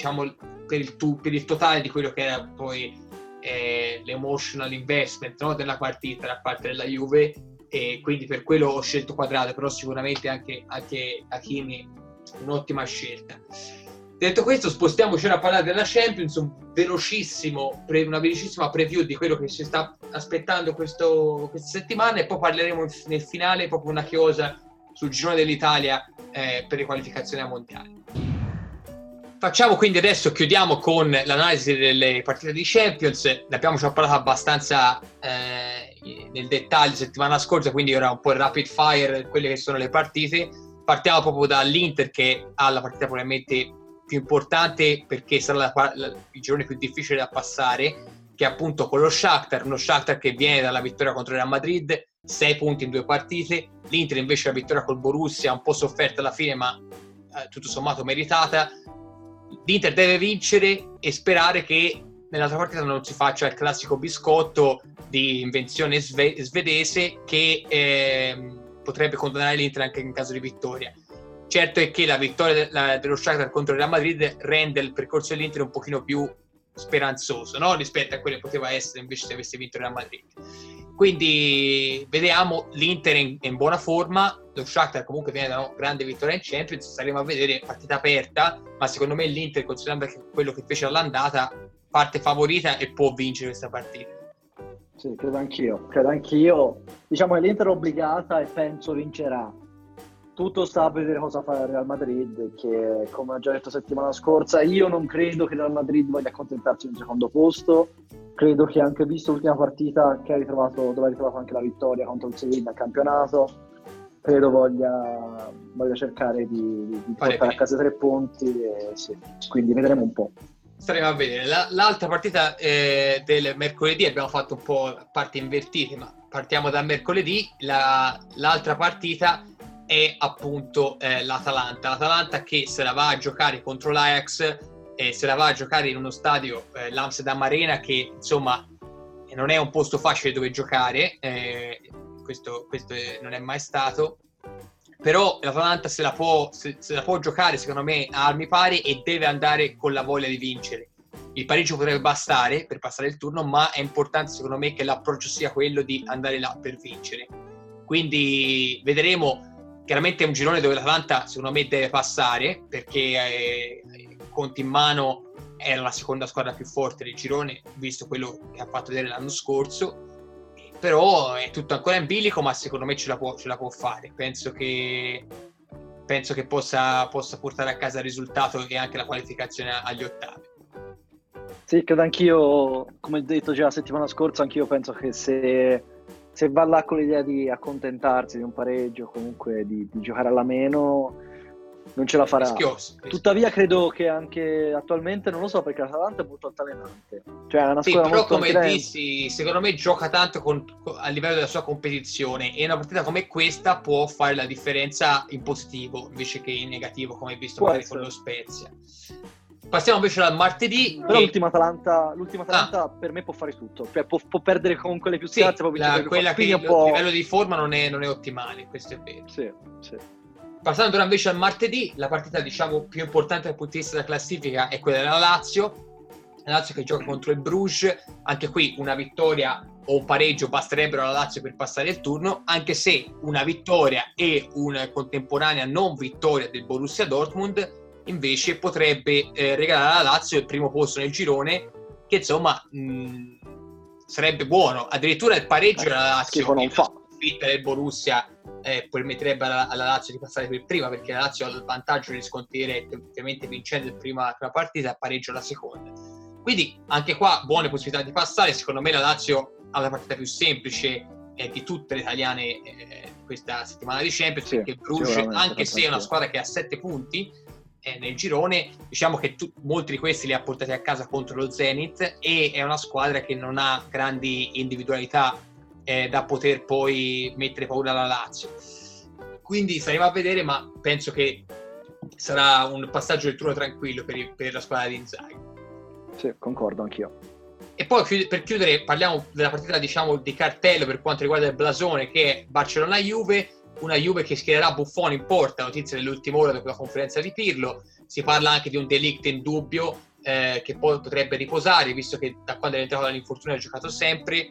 il totale di quello che era poi l'emotional investment, no, della partita da parte della Juve, e quindi per quello ho scelto Quadrado, però sicuramente anche Hakimi un'ottima scelta. Detto questo, spostiamoci a parlare della Champions, una velocissima preview di quello che ci sta aspettando questa settimana, e poi parleremo nel finale proprio una chiosa sul girone dell'Italia per le qualificazioni ai mondiali. Facciamo quindi adesso, chiudiamo con l'analisi delle partite di Champions. Ne abbiamo già parlato abbastanza nel dettaglio settimana scorsa, quindi ora un po' il rapid fire, quelle che sono le partite. Partiamo proprio dall'Inter, che ha la partita probabilmente più importante, perché sarà il girone più difficile da passare, che è appunto con lo Shakhtar, uno Shakhtar che viene dalla vittoria contro il Real Madrid, 6 punti in 2 partite. L'Inter invece la vittoria col Borussia, un po' sofferta alla fine, ma tutto sommato meritata. L'Inter deve vincere e sperare che nell'altra partita non si faccia il classico biscotto di invenzione svedese che potrebbe condannare l'Inter anche in caso di vittoria. Certo è che la vittoria dello Shakhtar contro il Real Madrid rende il percorso dell'Inter un pochino più speranzoso, no? Rispetto a quello che poteva essere invece se avesse vinto il Real Madrid. Quindi vediamo, l'Inter in buona forma, lo Shakhtar comunque viene da una grande vittoria in Champions, staremo a vedere, partita aperta, ma secondo me l'Inter, considerando quello che fece all'andata, parte favorita e può vincere questa partita. Sì, credo anch'io. Diciamo che l'Inter è obbligata e penso vincerà. Tutto sta a vedere cosa farà il Real Madrid, che come ho già detto settimana scorsa, io non credo che il Real Madrid voglia accontentarsi di un secondo posto. Credo che, anche visto l'ultima partita che dove ha ritrovato anche la vittoria contro il Sevilla al campionato, credo voglia cercare di portare a casa 3 punti, sì. Quindi vedremo un po'. Staremo a vedere. L'altra partita del mercoledì, abbiamo fatto un po' parti invertite, ma partiamo dal mercoledì. L'altra partita è appunto l'Atalanta che se la va a giocare contro l'Ajax, se la va a giocare in uno stadio, l'Amsterdam Arena, che insomma non è un posto facile dove giocare, questo non è mai stato, però l'Atalanta se la può giocare secondo me a armi pari e deve andare con la voglia di vincere. Il pareggio potrebbe bastare per passare il turno, ma è importante secondo me che l'approccio sia quello di andare là per vincere. Quindi vedremo. Chiaramente è un girone dove l'Atalanta secondo me deve passare, perché conti in mano era la seconda squadra più forte del girone, visto quello che ha fatto vedere l'anno scorso. Però è tutto ancora in bilico, ma secondo me ce la può fare. Penso che possa portare a casa il risultato e anche la qualificazione agli ottavi. Sì, credo anch'io, come ho detto già la settimana scorsa, anch'io penso che se va là con l'idea di accontentarsi di un pareggio, comunque di giocare alla meno, non ce la farà. Rischioso. Tuttavia credo che anche attualmente, non lo so, perché l'Atalanta è molto altalenante, cioè è una sì, squadra però molto come dissi, secondo me gioca tanto a livello della sua competizione, e una partita come questa può fare la differenza in positivo invece che in negativo, come hai visto magari con lo Spezia. Passiamo invece al martedì. Però l'ultima Atalanta per me può fare tutto, cioè può perdere con quelle più scarse, quella che il livello di forma non è ottimale, questo è vero. Sì. Passando ora invece al martedì, la partita diciamo più importante dal punto di vista della classifica è quella della Lazio. La Lazio che gioca contro il Bruges, anche qui una vittoria o un pareggio basterebbero alla Lazio per passare il turno, anche se una vittoria e una contemporanea non vittoria del Borussia Dortmund invece potrebbe regalare alla Lazio il primo posto nel girone, che insomma sarebbe buono. Addirittura il pareggio della Lazio non fa. sconfitta del Borussia permetterebbe alla Lazio di passare per prima, perché la Lazio ha il vantaggio di riscontrare ovviamente vincendo la prima partita e pareggio la seconda. Quindi anche qua buone possibilità di passare. Secondo me la Lazio ha la partita più semplice di tutte le italiane questa settimana di Champions, perché il Bruges, anche se è una squadra che ha 7 punti nel girone, diciamo che molti di questi li ha portati a casa contro lo Zenit, e è una squadra che non ha grandi individualità da poter poi mettere paura alla Lazio. Quindi staremo a vedere, ma penso che sarà un passaggio del turno tranquillo per la squadra di Inzaghi. Sì, concordo anch'io. E poi per chiudere parliamo della partita, diciamo, di cartello per quanto riguarda il blasone, che è Barcellona-Juve, una Juve che schiererà Buffon in porta, notizia dell'ultima ora dopo la conferenza di Pirlo. Si parla anche di un De Ligt in dubbio che poi potrebbe riposare, visto che da quando è entrato dall'infortunio ha giocato sempre.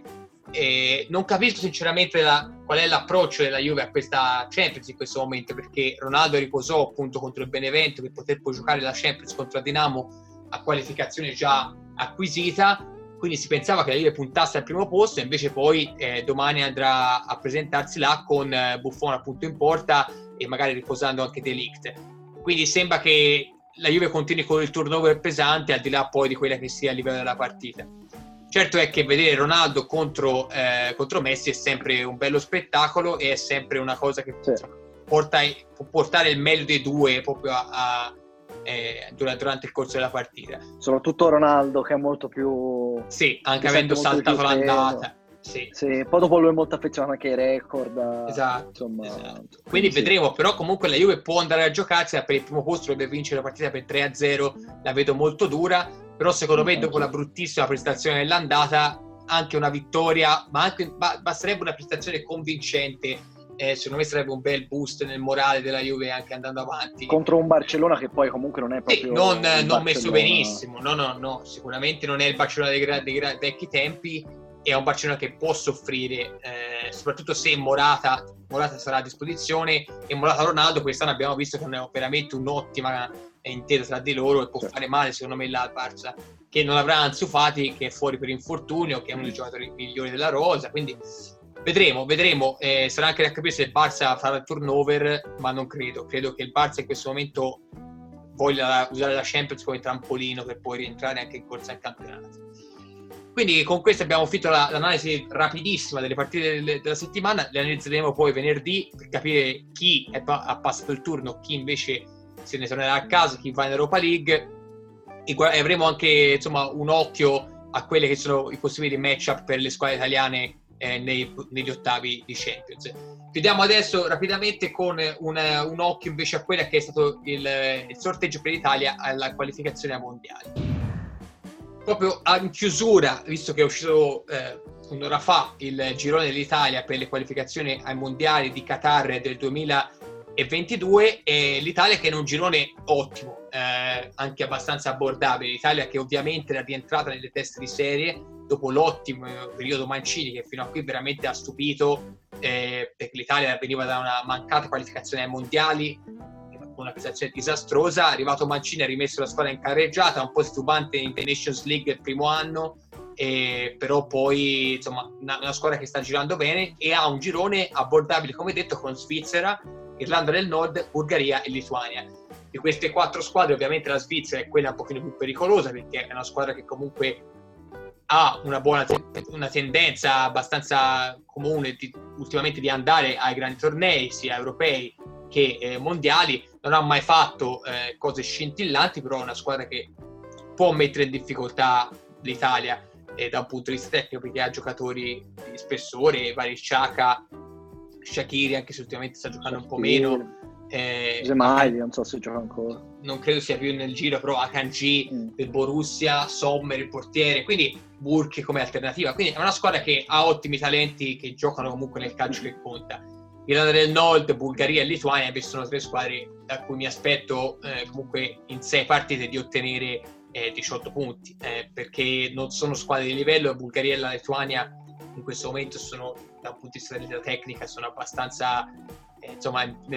Non capisco sinceramente qual è l'approccio della Juve a questa Champions in questo momento, perché Ronaldo riposò appunto contro il Benevento per poter poi giocare la Champions contro la Dinamo a qualificazione già acquisita, quindi si pensava che la Juve puntasse al primo posto, invece poi domani andrà a presentarsi là con Buffon appunto in porta e magari riposando anche De Ligt. Quindi sembra che la Juve continui con il turnover pesante, al di là poi di quella che sia a livello della partita. Certo è che vedere Ronaldo contro Messi è sempre un bello spettacolo, e è sempre una cosa che può portare il meglio dei due proprio durante il corso della partita. Soprattutto Ronaldo, che è molto più... Sì, anche avendo saltato l'andata. Sì. Poi dopo lui è molto affezionato anche ai record. Esatto, insomma, esatto. Quindi vedremo, però comunque la Juve può andare a giocarsi per il primo posto, dovrebbe vincere la partita per 3-0, la vedo molto dura, però secondo me dopo la bruttissima prestazione dell'andata anche una vittoria, ma anche basterebbe una prestazione convincente, secondo me sarebbe un bel boost nel morale della Juve anche andando avanti. Contro un Barcellona che poi comunque non è proprio... non messo benissimo, no, sicuramente non è il Barcellona dei vecchi tempi, è un Barcellona che può soffrire, soprattutto se Morata sarà a disposizione, e Morata-Ronaldo quest'anno abbiamo visto che è veramente un'ottima intesa tra di loro, e può fare male secondo me là al Barça, che non avrà Ansu Fati, che è fuori per infortunio, che è uno dei giocatori migliori della rosa, quindi vedremo, sarà anche da capire se il Barça farà il turnover, ma non credo che il Barça in questo momento voglia usare la Champions come trampolino per poi rientrare anche in corsa al campionato. Quindi con questo abbiamo finito l'analisi rapidissima delle partite della settimana, le analizzeremo poi venerdì per capire chi ha passato il turno, chi invece se ne tornerà a casa, chi va in Europa League, e avremo anche insomma un occhio a quelle che sono i possibili match-up per le squadre italiane negli ottavi di Champions. Chiudiamo adesso rapidamente con un occhio invece a quella che è stato il sorteggio per l'Italia alla qualificazione ai mondiali. Proprio in chiusura, visto che è uscito un'ora fa il girone dell'Italia per le qualificazioni ai mondiali di Qatar del 2022, l'Italia che è in un girone ottimo, anche abbastanza abbordabile. L'Italia che ovviamente era rientrata nelle teste di serie dopo l'ottimo periodo Mancini, che fino a qui veramente ha stupito, perché l'Italia veniva da una mancata qualificazione ai mondiali, una prestazione disastrosa. Arrivato Mancini ha rimesso la squadra in carreggiata, un po' titubante in The Nations League il primo anno, però poi insomma una squadra che sta girando bene, e ha un girone abbordabile come detto con Svizzera, Irlanda del Nord, Bulgaria e Lituania. Di queste 4 squadre ovviamente la Svizzera è quella un pochino più pericolosa, perché è una squadra che comunque ha una tendenza abbastanza comune ultimamente di andare ai grandi tornei sia europei che mondiali. Non ha mai fatto cose scintillanti, però è una squadra che può mettere in difficoltà l'Italia da un punto di vista tecnico, perché ha giocatori di spessore, vari Xhaka, Shaqiri, anche se ultimamente sta giocando un po' meno. Zemaili, non so se gioca ancora. Non credo sia più nel giro, però Akanji del Borussia, Sommer il portiere, quindi Burki come alternativa. Quindi è una squadra che ha ottimi talenti che giocano comunque nel calcio che conta. Irlanda del Nord, Bulgaria e Lituania sono 3 squadre da cui mi aspetto comunque in 6 partite di ottenere 18 punti, perché non sono squadre di livello. La Bulgaria e la Lituania in questo momento sono, da un punto di vista della tecnica, sono abbastanza insomma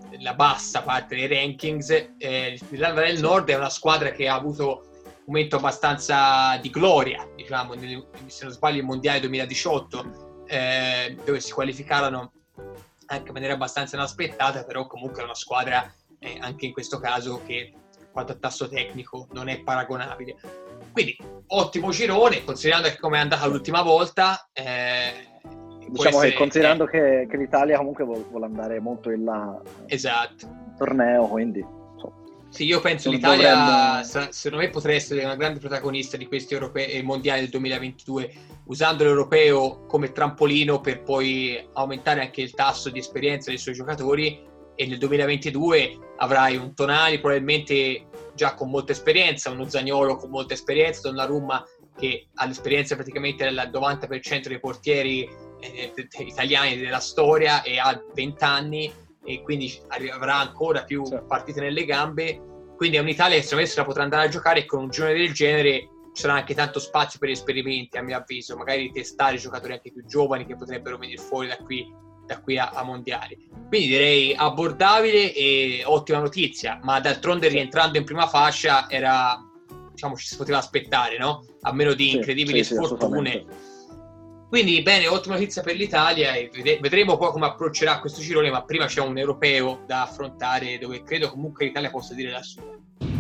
la bassa parte dei rankings. L'Irlanda del Nord è una squadra che ha avuto un momento abbastanza di gloria, diciamo, se non sbaglio il Mondiale 2018, dove si qualificarono anche in maniera abbastanza inaspettata, però comunque è una squadra, anche in questo caso, che quanto a tasso tecnico non è paragonabile. Quindi ottimo girone, considerando che come è andata l'ultima volta. Diciamo che considerando che l'Italia comunque vuole andare molto in là, esatto, torneo, quindi sì, io penso l'Italia secondo me potrà essere una grande protagonista di questi europei mondiali del 2022, usando l'europeo come trampolino per poi aumentare anche il tasso di esperienza dei suoi giocatori, e nel 2022 avrai un Tonali probabilmente già con molta esperienza, uno Zaniolo con molta esperienza, Donnarumma che ha l'esperienza praticamente del 90% dei portieri italiani della storia e ha 20 anni, e quindi avrà ancora più partite nelle gambe. Quindi è un'Italia che secondo me se la potrà andare a giocare, e con un girone del genere ci sarà anche tanto spazio per esperimenti, a mio avviso, magari testare giocatori anche più giovani che potrebbero venire fuori da qui a mondiali. Quindi direi abbordabile e ottima notizia, ma d'altronde rientrando in prima fascia era, diciamo, ci si poteva aspettare, no? A meno di incredibili sfortune. Quindi bene, ottima notizia per l'Italia, e vedremo poi come approccerà questo girone, ma prima c'è un europeo da affrontare dove credo comunque l'Italia possa dire la sua.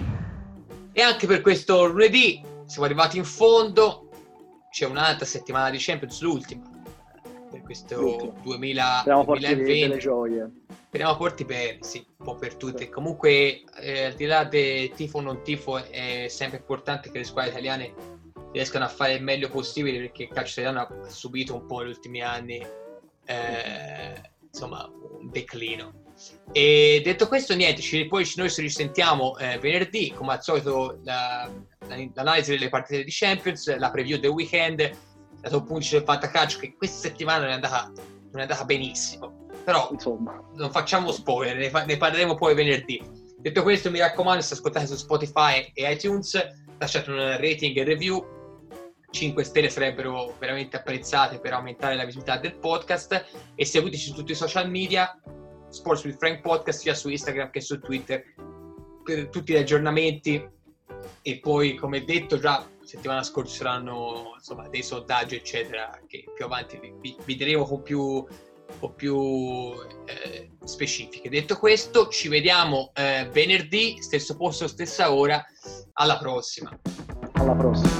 E anche per questo lunedì siamo arrivati in fondo, c'è un'altra settimana di Champions, l'ultima per questo 2020. Delle gioie. Speriamo porti bene, sì, un po' per tutte. Comunque, al di là del tifo o non tifo, è sempre importante che le squadre italiane riescano a fare il meglio possibile, perché il calcio italiano ha subito un po' negli ultimi anni insomma un declino. E detto questo, niente, poi noi ci risentiamo venerdì, come al solito l'analisi delle partite di Champions, la preview del weekend, la top 11 del Fantacalcio, che questa settimana non è andata benissimo, però insomma non facciamo spoiler, ne parleremo poi venerdì. Detto questo, mi raccomando, se ascoltate su Spotify e iTunes, lasciate un rating e review. 5 stelle sarebbero veramente apprezzate per aumentare la visibilità del podcast, e seguiteci su tutti i social media, Sports with Frank Podcast, sia su Instagram che su Twitter, per tutti gli aggiornamenti. E poi, come detto già settimana scorsa, saranno insomma dei sondaggi eccetera che più avanti vi diremo con più specifiche. Detto questo, ci vediamo venerdì, stesso posto, stessa ora. Alla prossima.